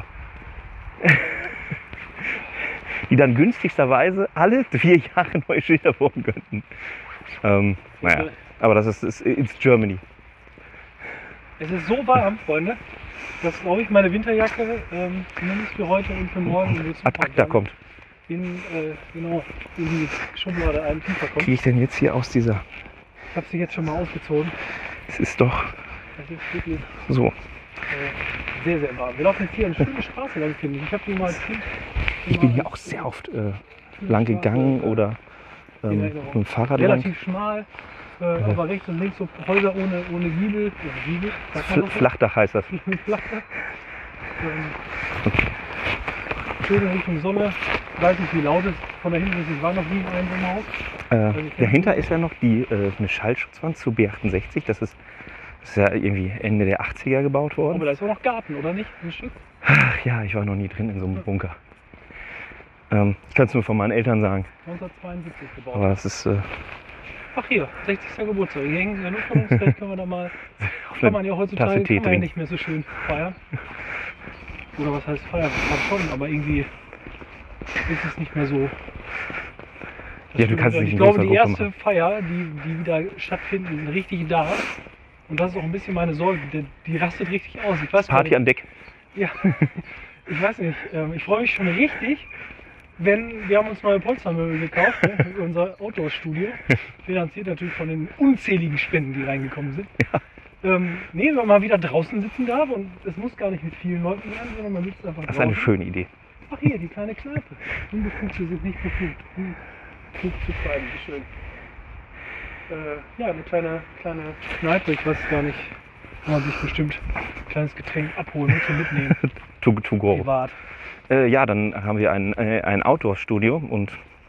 Die dann günstigsterweise alle vier Jahre neue Schilder bauen könnten. Ähm, naja, aber das ist, ist it's Germany. es ist so warm, Freunde, dass, glaube ich, meine Winterjacke, ähm, zumindest für heute und für morgen, wenn wir zum Ad acta kommt. in, äh, genau, in die Schublade einem tiefer kommt. Kriege ich denn jetzt hier aus dieser... Ich habe sie jetzt schon mal ausgezogen. Es ist doch Das ist wirklich so. äh, sehr, sehr warm. Wir laufen jetzt hier eine schöne Straße lang, finde ich. Ich habe die mal als Kind. Ich bin hier auch sehr oft äh, lang gegangen oder ähm, mit dem Fahrrad lang. relativ schmal, äh, aber rechts und links so Häuser ohne, ohne Giebel. Ohne Giebel, sagt man Fl das so? Flachdach heißt das. Flachdach. Ähm, schöne Richtung Sonne. Ich weiß nicht, wie laut es von da hinten ist. Ich war noch nie in einem so einem Haus. Äh, dahinter ist ja noch die, äh, eine Schallschutzwand zu B achtundsechzig. Das ist, das ist ja irgendwie Ende der achtziger gebaut worden. Aber da ist auch noch Garten, oder nicht? Ein Stück? Ach ja, ich war noch nie drin in so einem Bunker. Ähm, ich kann es nur von meinen Eltern sagen. neunzehnhundertzweiundsiebzig gebaut. Aber das ist äh, Ach hier, sechzigster Geburtstag. Hier hängen ja nur von uns. Vielleicht können wir da mal. auf Kann man eine ja Tasse heutzutage Tee kann man ja trinken. nicht mehr so schön feiern. Oder was heißt feiern? Man kann schon, aber irgendwie ist es nicht mehr so. Das Ja, du kannst es stimmt. nicht Ich in glaube, großer die Gruppe erste machen. Feier, die, die wieder stattfinden, sind richtig da. Und das ist auch ein bisschen meine Sorge. Die, die rastet richtig aus. Ich weiß gar Party nicht. an Deck. Ja, ich weiß nicht. Ähm, ich freue mich schon richtig, wenn wir haben uns neue Polstermöbel gekauft, ne, für unser Outdoor-Studio. Finanziert natürlich von den unzähligen Spenden, die reingekommen sind. Ähm, nee, wenn man mal wieder draußen sitzen darf und es muss gar nicht mit vielen Leuten sein, sondern man sitzt einfach Das ist draußen. eine schöne Idee. Ach hier, die kleine Kneipe. Unbefugte sind nicht befugt. Unbefugt zu treiben, wie schön. Äh, ja, eine kleine, kleine Kneipe, ich weiß gar nicht. Kann man sich bestimmt ein kleines Getränk abholen und zum Mitnehmen. To, to go. Privat. Äh, ja, dann haben wir ein, äh, ein Outdoor-Studio und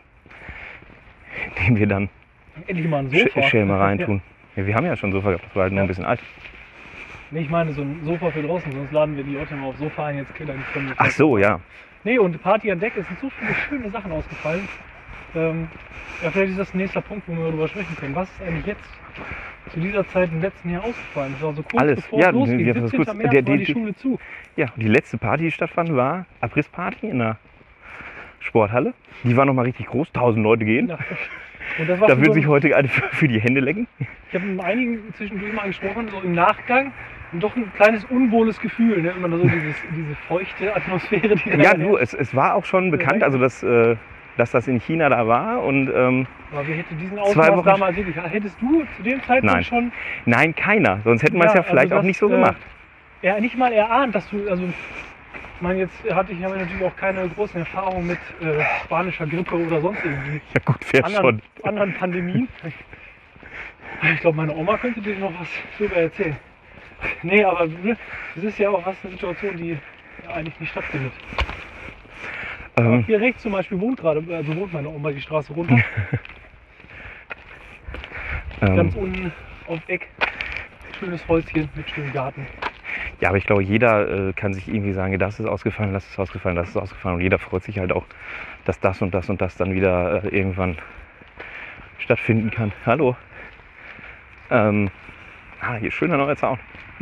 in dem wir dann Endlich mal ein Sch Sofa. Schälme reintun. Ja, wir haben ja schon ein Sofa gehabt, das war halt nur Ja. ein bisschen alt. Nee, ich meine so ein Sofa für draußen, sonst laden wir die Leute mal aufs Sofa ein, jetzt können wir Ach so, ja. Nee, und Party an Deck, es sind so viele schöne Sachen ausgefallen. Ähm, ja, vielleicht ist das ein nächster Punkt, wo wir darüber sprechen können. Was ist eigentlich jetzt zu dieser Zeit im letzten Jahr ausgefallen? Das war so kurz Alles. bevor Ja, es losging. wir- das ist siebzehnter kurz- März der- war die- die Schule zu. Ja, und die letzte Party, die stattfand, war Abrissparty in der Sporthalle. Die war nochmal richtig groß, tausend Leute gehen. Ja. Und das war Da für würde so sich ein, heute eine für für die Hände lecken. ich habe mit einigen zwischendurch mal gesprochen, so im Nachgang. Und doch ein kleines unwohles Gefühl, ne? Immer so dieses, diese feuchte Atmosphäre, die da Ja, herrscht. du, es, es war auch schon bekannt, also dass, äh, dass das in China da war. Und ähm, Aber wir hätten diesen Zwei Ausmaß Wochen- damals wirklich. Hättest du zu dem Zeitpunkt Nein. schon nein, keiner. Sonst hätten wir es Ja, ja vielleicht also auch das, nicht so äh, gemacht. er nicht mal erahnt, dass du, also Ich meine, jetzt hatte ich aber natürlich auch keine großen Erfahrungen mit äh, spanischer Grippe oder sonst irgendwie Ja gut, wer anderen, schon. anderen Pandemien. Ich glaube, meine Oma könnte dir noch was drüber erzählen. Nee, aber ne, das ist ja auch was eine Situation, die ja eigentlich nicht stattfindet. Ähm, Hier rechts zum Beispiel wohnt gerade, also wohnt meine Oma die Straße runter. Ganz ähm, unten auf Eck. Schönes Häuschen mit schönem Garten. ja, aber ich glaube, jeder äh, kann sich irgendwie sagen, das ist ausgefallen, das ist ausgefallen, das ist ausgefallen. Und jeder freut sich halt auch, dass das und das und das dann wieder äh, irgendwann stattfinden kann. Hallo. Ähm, ah, hier schöner neuer Zaun.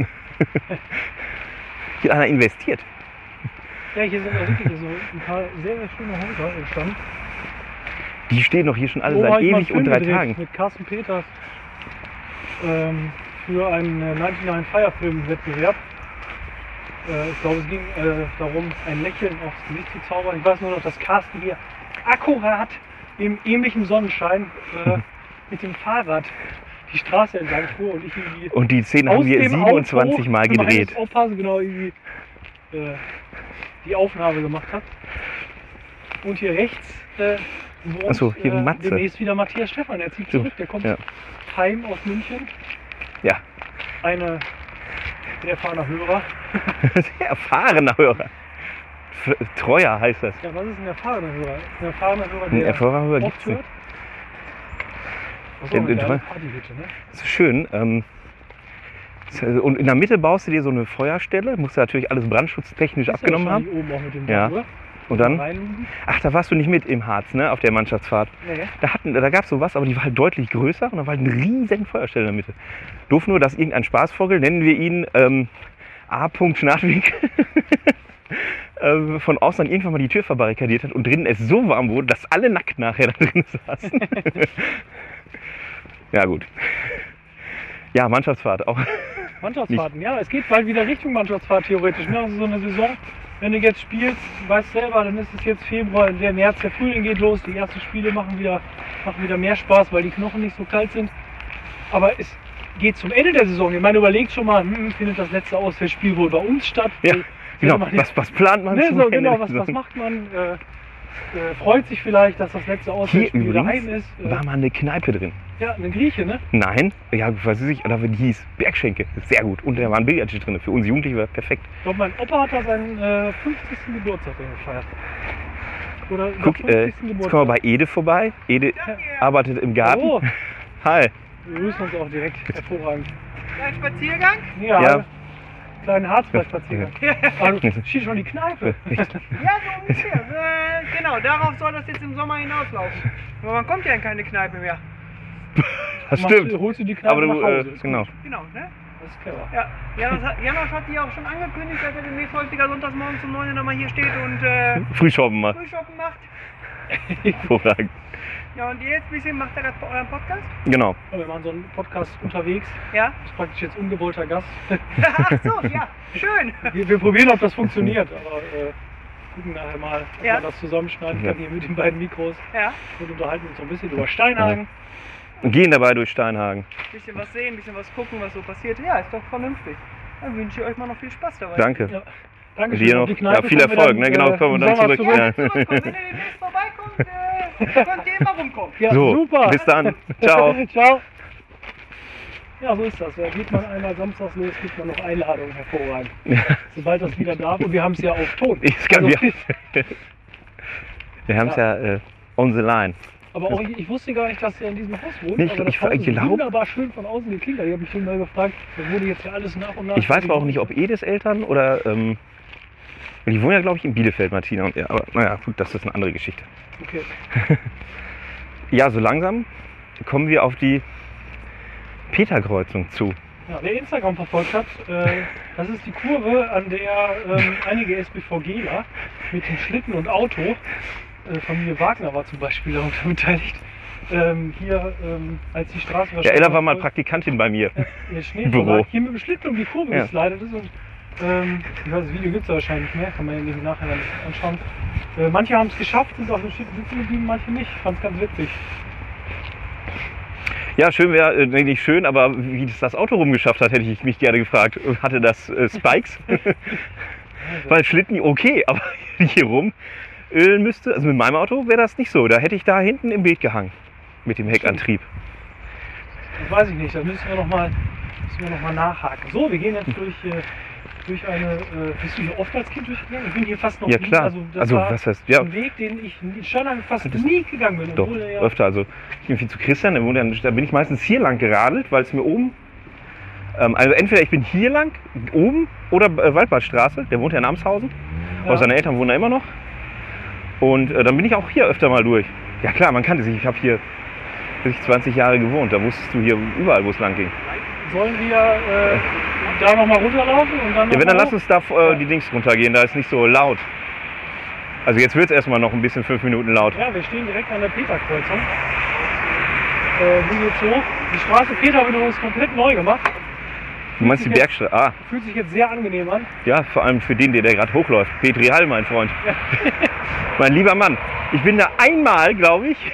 Hier hat einer investiert. Ja, hier sind ja wirklich so ein paar sehr, sehr schöne Häuser entstanden. Die stehen doch hier schon alle Oben seit habe ich mal einen ewig und Film drei gedreht Tagen. Mit Carsten Peters ähm, für einen äh, neunundneunzig Fire-Film-Wettbewerb. Äh, ich glaube, es ging äh, darum, ein Lächeln aufs Gesicht zu zaubern. Ich weiß nur noch, dass Carsten hier akkurat im ähnlichen Sonnenschein äh, mit dem Fahrrad die Straße entlang fuhr und ich irgendwie Und die Szene aus haben wir dem siebenundzwanzig Auto Mal gedreht. meines Opas genau irgendwie äh, die Aufnahme gemacht hat. Und hier rechts äh, wohnt Ach so, hier äh, Matze. demnächst wieder Matthias Stephan. Er zieht So, zurück, der kommt ja. heim aus München. Ja, Eine sehr erfahrener Hörer. sehr erfahrener Hörer. F- Treuer heißt das. Ja, was ist ein erfahrener Hörer? Ein erfahrener Hörer, Ein der erfahrener Hörer oft gibt's nicht. hört. Achso, Den- eine den- geile Partyhütte, ne? Das ist schön. Ähm, und in der Mitte baust du dir so eine Feuerstelle. Musst du natürlich alles brandschutztechnisch Ist ja abgenommen haben. wahrscheinlich oben auch mit dem Ja. Dach, oder? Und dann, Reinlugen. ach, da warst du nicht mit im Harz, ne? Auf der Mannschaftsfahrt. Nee. Da, hatten, da gab es sowas, aber die war halt deutlich größer und da war halt eine riesen Feuerstelle in der Mitte. Doof nur, dass irgendein Spaßvogel, nennen wir ihn ähm, A. Schnattwinkel, äh, von außen dann irgendwann mal die Tür verbarrikadiert hat und drinnen es so warm wurde, dass alle nackt nachher da drin saßen. Ja gut. Ja, Mannschaftsfahrt auch. Mannschaftsfahrten, ja, es geht bald wieder Richtung Mannschaftsfahrt theoretisch. Ne? Also so eine Saison, wenn du jetzt spielst, weißt selber, dann ist es jetzt Februar, der März, der Frühling geht los, die ersten Spiele machen wieder, machen wieder mehr Spaß, weil die Knochen nicht so kalt sind. Aber es geht zum Ende der Saison. Ich meine, überlegt schon mal, hm, findet das letzte Auswärtsspiel wohl bei uns statt? Ja, Will- genau. man Was, was plant man Ne, zum so, Ende genau, der was, was Saison? macht man? Äh, äh, freut sich vielleicht, dass das letzte Hier Auswärtsspiel daheim übrigens ist. Äh, war mal eine Kneipe drin. ja, eine Grieche, ne? Nein, ja, weiß ich nicht, oder wie die hieß, Bergschenke, sehr gut. Und da war ein Billardtisch drin, für uns Jugendliche war perfekt. Ich glaube, mein Opa hat da seinen äh, fünfzigsten Geburtstag drin gefeiert. Oder Guck, fünfzigsten äh, jetzt Geburtstag. kommen wir bei Ede vorbei. Ede arbeitet im Garten. Oh, Hi. wir grüßen uns auch direkt. Hervorragend. Ein Spaziergang? Ja, Ja. kleinen Harzfleischspaziergang. Also, steht schon die Kneipe. Ja, so ungefähr. Äh, genau, darauf soll das jetzt im Sommer hinauslaufen. Aber man kommt ja in keine Kneipe mehr. Das Machst- stimmt. Holst du die Kneipe Aber du, nach Hause. äh, Ist genau. gut. Genau, ne? Das ist clever. Ja, Janosch hat, Janosch hat sich auch schon angekündigt, dass er demnächst häufiger sonntags morgens um neun Uhr nochmal hier steht und äh, Frühschoppen mal. Frühschoppen macht. Hervorragend. Ja, und jetzt ein bisschen macht er das bei eurem Podcast? Genau. Ja, wir machen so einen Podcast unterwegs. Ja? Das ist praktisch jetzt ungewollter Gast. Ach so, ja, schön. Wir, wir probieren, ob das funktioniert. Aber äh, gucken nachher mal, ob Ja. man das zusammenschneiden Ja. kann hier mit den beiden Mikros. Ja, Und unterhalten uns so ein bisschen über Steinhagen. Und gehen dabei durch Steinhagen. bisschen was sehen, bisschen was gucken, was so passiert. Ja, ist doch vernünftig. Dann wünsche ich euch mal noch viel Spaß dabei. Danke. Ja. Danke Dir noch, ja, viel Erfolg, ne? Genau, kommen wir dann zurück. Ja, Ja. zurückkommen. Wenn ihr demnächst vorbeikommt, äh, könnt ihr immer rumkommen. Ja, So, super. bis dann. Ciao. Ciao. Ja, so ist das. Da geht man einmal samstags los, gibt man noch Einladungen, hervorragend. Sobald das wieder darf. Und wir haben es ja auf Ton. Ich kann, Also, wir wir haben es ja, äh, on the line. aber auch ich, ich wusste gar nicht, dass er in diesem Haus wohnt. Nicht, aber das ich Haus ist glaub- wunderbar schön von außen geklingelt. Ich habe mich schon mal gefragt, da wurde jetzt ja alles nach und nach. Ich weiß aber auch nicht, ob Edes Eltern oder. Ähm, die wohnen ja, glaube ich, in Bielefeld, Martina und er. Aber naja, gut, das ist eine andere Geschichte. Okay. Ja, so langsam kommen wir auf die Peterkreuzung zu. Ja, wer Instagram verfolgt hat, äh, das ist die Kurve, an der ähm, einige SBVGler mit dem Schlitten und Auto, äh, Familie Wagner war zum Beispiel daran beteiligt, ähm, hier, ähm, als die Straße Ja, Ella war mal Praktikantin bei mir. der Schnee Büro. vorbei, hier mit dem Schlitten um die Kurve Ja. geslidet ist und ähm, ich weiß, das Video gibt es wahrscheinlich nicht mehr, kann man im Nachhinein ein bisschen anschauen. Äh, manche haben es geschafft, sind auf dem Schlitten sitzen geblieben, manche nicht. Ich fand es ganz witzig. Ja, schön wäre, äh, nee, nicht schön, aber wie das das Auto rumgeschafft hat, hätte ich mich gerne gefragt. Hatte das äh, Spikes? Weil Schlitten, okay, aber hier rum ölen müsste, also mit meinem Auto wäre das nicht so. Da hätte ich da hinten im Bild gehangen mit dem Heckantrieb. Das weiß ich nicht, da müssen wir nochmal noch mal nachhaken. So, wir gehen jetzt durch, äh, durch eine, äh, bist du hier oft als Kind durchgegangen? Ich bin hier fast noch Ja nie, klar, also das also war was heißt, ja. ein Weg, den ich schon fast nie gegangen bin. Doch, obwohl er ja öfter. Also ich bin viel zu Christian, der wohnt ja- da bin ich meistens hier lang geradelt, weil es mir oben, ähm, also entweder ich bin hier lang, oben, oder äh, Waldbadstraße, der wohnt ja in Amshausen, Ja. aber seine Eltern wohnen da immer noch. Und äh, dann bin ich auch hier öfter mal durch. Ja klar, man kannte sich, ich habe hier bis ich zwanzig Jahre gewohnt, da wusstest du hier überall, wo es lang ging. Sollen wir äh, da nochmal runterlaufen und dann Ja, wenn, noch dann mal lass uns da äh, die Dings runtergehen, da ist nicht so laut. Also jetzt wird es erstmal noch ein bisschen fünf Minuten laut. hoch? Ja, wir stehen direkt an der Peterkreuzung. Äh, hier geht's hoch. Die Straße Peter wird übrigens komplett neu gemacht. Du meinst die sich jetzt- Bergstraße? Ah, Fühlt sich jetzt sehr angenehm an. ja, vor allem für den, der, der gerade hochläuft. Petri Hall, mein Freund. Mein lieber Mann, ich bin da einmal, glaube ich,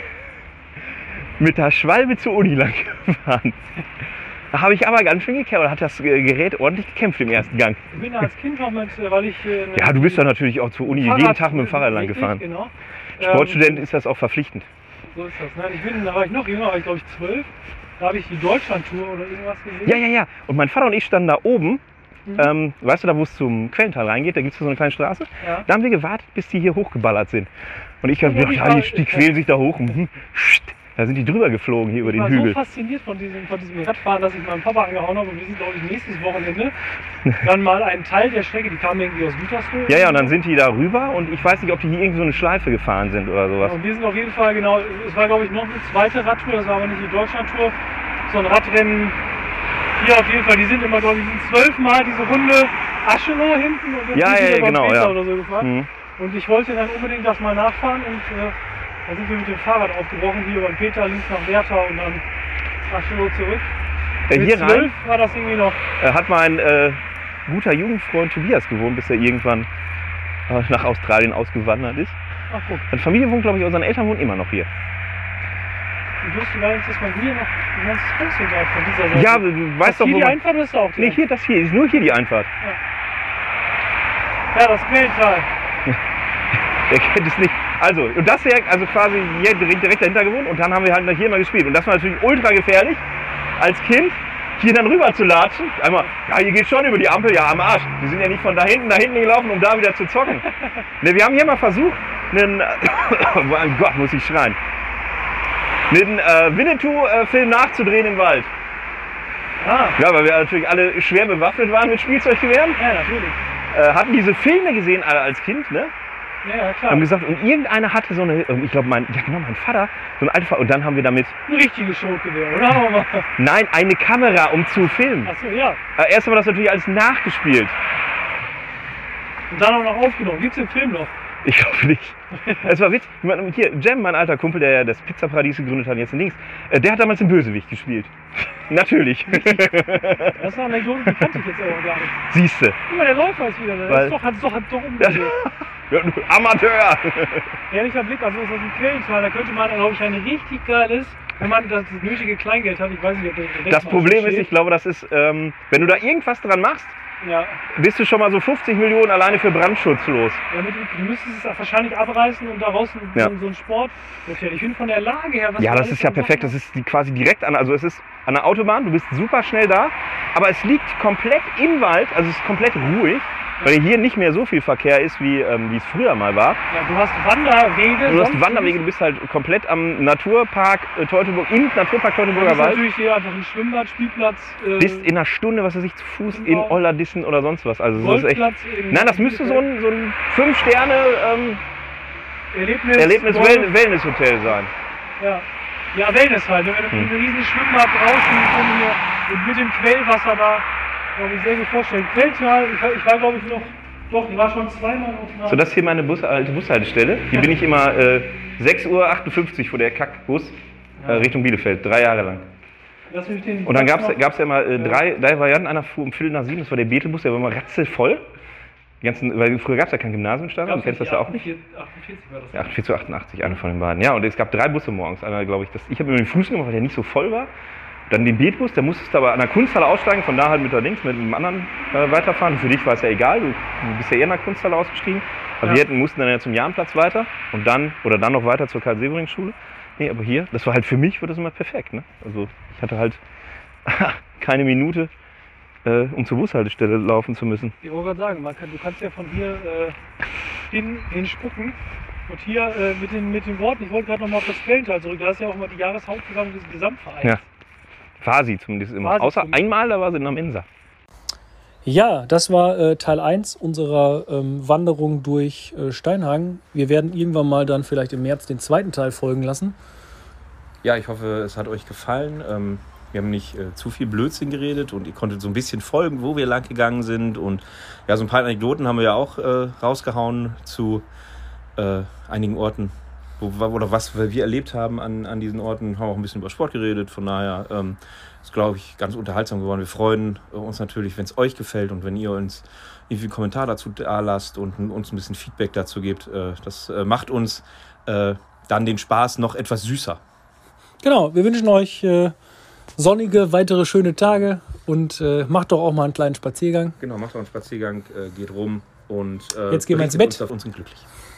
mit der Schwalbe zur Uni lang gefahren. Da habe ich aber ganz schön gekämpft, oder hat das äh, Gerät ordentlich gekämpft im ersten Gang. Ich bin da als Kind noch mit, äh, weil ich... äh, eine- Ja, du bist da natürlich auch zur Uni Fahrrad- jeden Tag mit dem Fahrrad lang richtig, gefahren. Genau. Sportstudent Ähm, ist das auch verpflichtend. so ist das. Nein, ich bin, da war ich noch jünger, war ich glaube ich zwölf. Da habe ich die Deutschlandtour oder irgendwas gesehen. Ja, ja, ja. Und mein Vater und ich standen da oben. Mhm. Ähm, weißt du, da wo es zum Quellental reingeht, da gibt es so eine kleine Straße. Ja. Da haben wir gewartet, bis die hier hochgeballert sind. Und ich habe Ja, gedacht, ich ja, war- die, die quälen sich da hoch. Mhm. Psst. Da sind die drüber geflogen hier über Ich den war Hügel. so fasziniert von diesem, von diesem Radfahren, dass ich meinen Papa angehauen habe und wir sind, glaube ich, nächstes Wochenende dann mal einen Teil der Strecke, die kamen irgendwie aus Gütersloh. Ja, ja, und dann sind die da rüber und ich weiß nicht, ob die hier irgend so eine Schleife gefahren sind oder sowas. Und wir sind auf jeden Fall genau, es war glaube ich noch eine zweite Radtour, das war aber nicht die Deutschlandtour, so ein Radrennen hier auf jeden Fall, die sind immer, glaube ich, sind zwölfmal diese Runde Aschelow hinten und dann Ja, sind ja, die ja, über genau, Peter ja. oder so gefahren. Mhm. Und ich wollte dann unbedingt das mal nachfahren und äh, dann sind wir mit dem Fahrrad aufgebrochen, hier über den Peter, links nach Werther und dann Aschelow zurück. Äh, Mit hier zwölf rein war das irgendwie noch. äh, hat mein äh, guter Jugendfreund Tobias gewohnt, bis er irgendwann äh, nach Australien ausgewandert ist. Ach guck, Seine Familie wohnt, glaube ich, und seine Eltern wohnen immer noch hier. ich wusste gar nicht, dass man hier noch ein ganzes Haus hinter hat von dieser Seite. Ja, du weißt ist doch, hier wo die man... Einfahrt oder ist da auch die Nee, hier, das hier, ist nur hier die Einfahrt. Ja, das Quellental. Der kennt es nicht. Also, und das hier, also quasi hier direkt, direkt dahinter gewohnt und dann haben wir halt noch hier mal gespielt. Und das war natürlich ultra gefährlich, als Kind hier dann rüber zu latschen. Einmal, ja, hier geht schon über die Ampel, ja, am Arsch. Wir sind ja nicht von da hinten nach hinten gelaufen, um da wieder zu zocken. Ne, wir haben hier mal versucht, einen, oh mein Gott, muss ich schreien, einen äh, Winnetou-Film nachzudrehen im Wald. Ah, Ja, weil wir natürlich alle schwer bewaffnet waren mit Spielzeuggewehren. ja, natürlich. Äh, hatten diese Filme gesehen alle als Kind, ne? Ja, ja, klar. Haben gesagt, und irgendeiner hatte so eine, ich glaube, mein, ja genau, mein Vater, so ein alter, und dann haben wir damit, Ein richtiges Schrotgewehr, oder? Aber mal- nein, eine Kamera, um zu filmen. Achso, ja. Äh, erst haben wir das natürlich alles nachgespielt. Und dann auch noch aufgenommen. Gibt's den Film noch? Ich glaube nicht. Es war witzig. Ich meine, hier, Jem, mein alter Kumpel, der ja das Pizzaparadies gegründet hat, jetzt in Links, äh, der hat damals den Bösewicht gespielt. Natürlich. Das war eine Anekdote, die kannte ich jetzt aber gar nicht. Siehste. Guck mal, der Läufer ist wieder da. Der Weil- ist doch, hat es doch, hat doch Ja, umgedreht. du Amateur. Ehrlicher Blick, also ist das ein Quellental, da könnte man, glaube ich, ein richtig geiles, wenn man das nötige Kleingeld hat, ich weiß nicht, ob das direkt Das mal Problem ist, steht. ich glaube, das ist, ähm, wenn du da irgendwas dran machst, Ja, bist du schon mal so fünfzig Millionen alleine für Brandschutz los. damit, du müsstest es wahrscheinlich abreißen und daraus ein, Ja. so, so ein Sporthotel. Ich finde von der Lage her, was Ja, da das alles ist ja an perfekt. Sachen Das ist die quasi direkt an, also es ist an der Autobahn, du bist super schnell da, aber es liegt komplett im Wald, also es ist komplett ruhig, weil hier nicht mehr so viel Verkehr ist, wie, ähm, wie es früher mal war. Ja, du hast Wanderwege. Du hast sonst Wanderwege, du bist halt komplett am Naturpark äh, Teutoburg, im Naturpark Du Teutoburger hast Wald. natürlich hier einfach ein Schwimmbad, Spielplatz, äh, Bist in einer Stunde, was weiß ich, zu Fuß in Genau. Ollerdissen oder sonst was. Also das ist echt. Golfplatz. in Nein, das müsste so ein, so ein fünf Sterne ähm, Erlebnis, Erlebnis Golf, Well- Wellnesshotel sein. Ja. Ja, Wellness halt. Wenn du Hm. ein riesiges Schwimmbad draußen und hier und mit dem Quellwasser da, kann ich sehr gut vorstellen. Quelltal, ich, war- ich war glaube ich noch, doch, ich war schon zweimal auf einer. So, das ist hier meine Bus, alte Bushaltestelle. Hier bin ich immer äh, sechs Uhr achtundfünfzig vor der Kackbus äh, Richtung Bielefeld, drei Jahre lang. Lass mich den Und dann gab noch- es ja immer äh, drei, drei Varianten. Einer fuhr um Viertel nach sieben, das war der Betelbus, der war immer ratzelvoll. Die ganzen, weil früher gab es ja kein Gymnasium in Stadion, du kennst das ja auch nicht. achtundvierzig war das. Ja, achtundvierzig zu achtundachtzig, einer von den beiden. Ja, und es gab drei Busse morgens. Einer, glaube ich, das, ich habe immer den Fuß genommen, weil der nicht so voll war. dann den Beetbus, da musstest du aber an der Kunsthalle aussteigen, von da halt mit der Links, mit einem anderen äh, weiterfahren. Für dich war es ja egal, du, du bist ja eher in der Kunsthalle ausgestiegen. Aber Ja. wir hätten, mussten dann ja zum Jahnplatz weiter und dann, oder dann noch weiter zur Karl-Severing-Schule. Nee, aber hier, das war halt für mich, war das immer perfekt. Ne? Also ich hatte halt keine Minute, äh, um zur Bushaltestelle laufen zu müssen. Ich wollte gerade sagen, man kann, du kannst ja von hier äh, hin, hinspucken und hier äh, mit, den, mit den Worten, ich wollte gerade noch mal auf das Quellental zurück, da ist ja auch mal die Jahreshauptversammlung des Gesamtvereins. Ja. War sie zumindest immer. War sie Außer zumindest. einmal, da war sie in der Mensa. Ja, das war äh, Teil eins unserer ähm, Wanderung durch äh, Steinhagen. Wir werden irgendwann mal dann vielleicht im März den zweiten Teil folgen lassen. Ja, ich hoffe, es hat euch gefallen. Ähm, wir haben nicht äh, zu viel Blödsinn geredet und ihr konntet so ein bisschen folgen, wo wir lang gegangen sind. Und ja, so ein paar Anekdoten haben wir ja auch äh, rausgehauen zu äh, einigen Orten, wo, oder was wir erlebt haben an, an diesen Orten. Haben auch ein bisschen über Sport geredet. Von daher ähm, ist, glaube ich, ganz unterhaltsam geworden. Wir freuen uns natürlich, wenn es euch gefällt und wenn ihr uns irgendwie einen Kommentar dazu da lasst und uns ein bisschen Feedback dazu gebt. Äh, das äh, macht uns äh, dann den Spaß noch etwas süßer. Genau, wir wünschen euch äh, sonnige, weitere schöne Tage und äh, macht doch auch mal einen kleinen Spaziergang. Genau, macht auch einen Spaziergang, äh, geht rum und äh, Jetzt gehen wir ins berichtet Bett. uns, dass uns glücklich.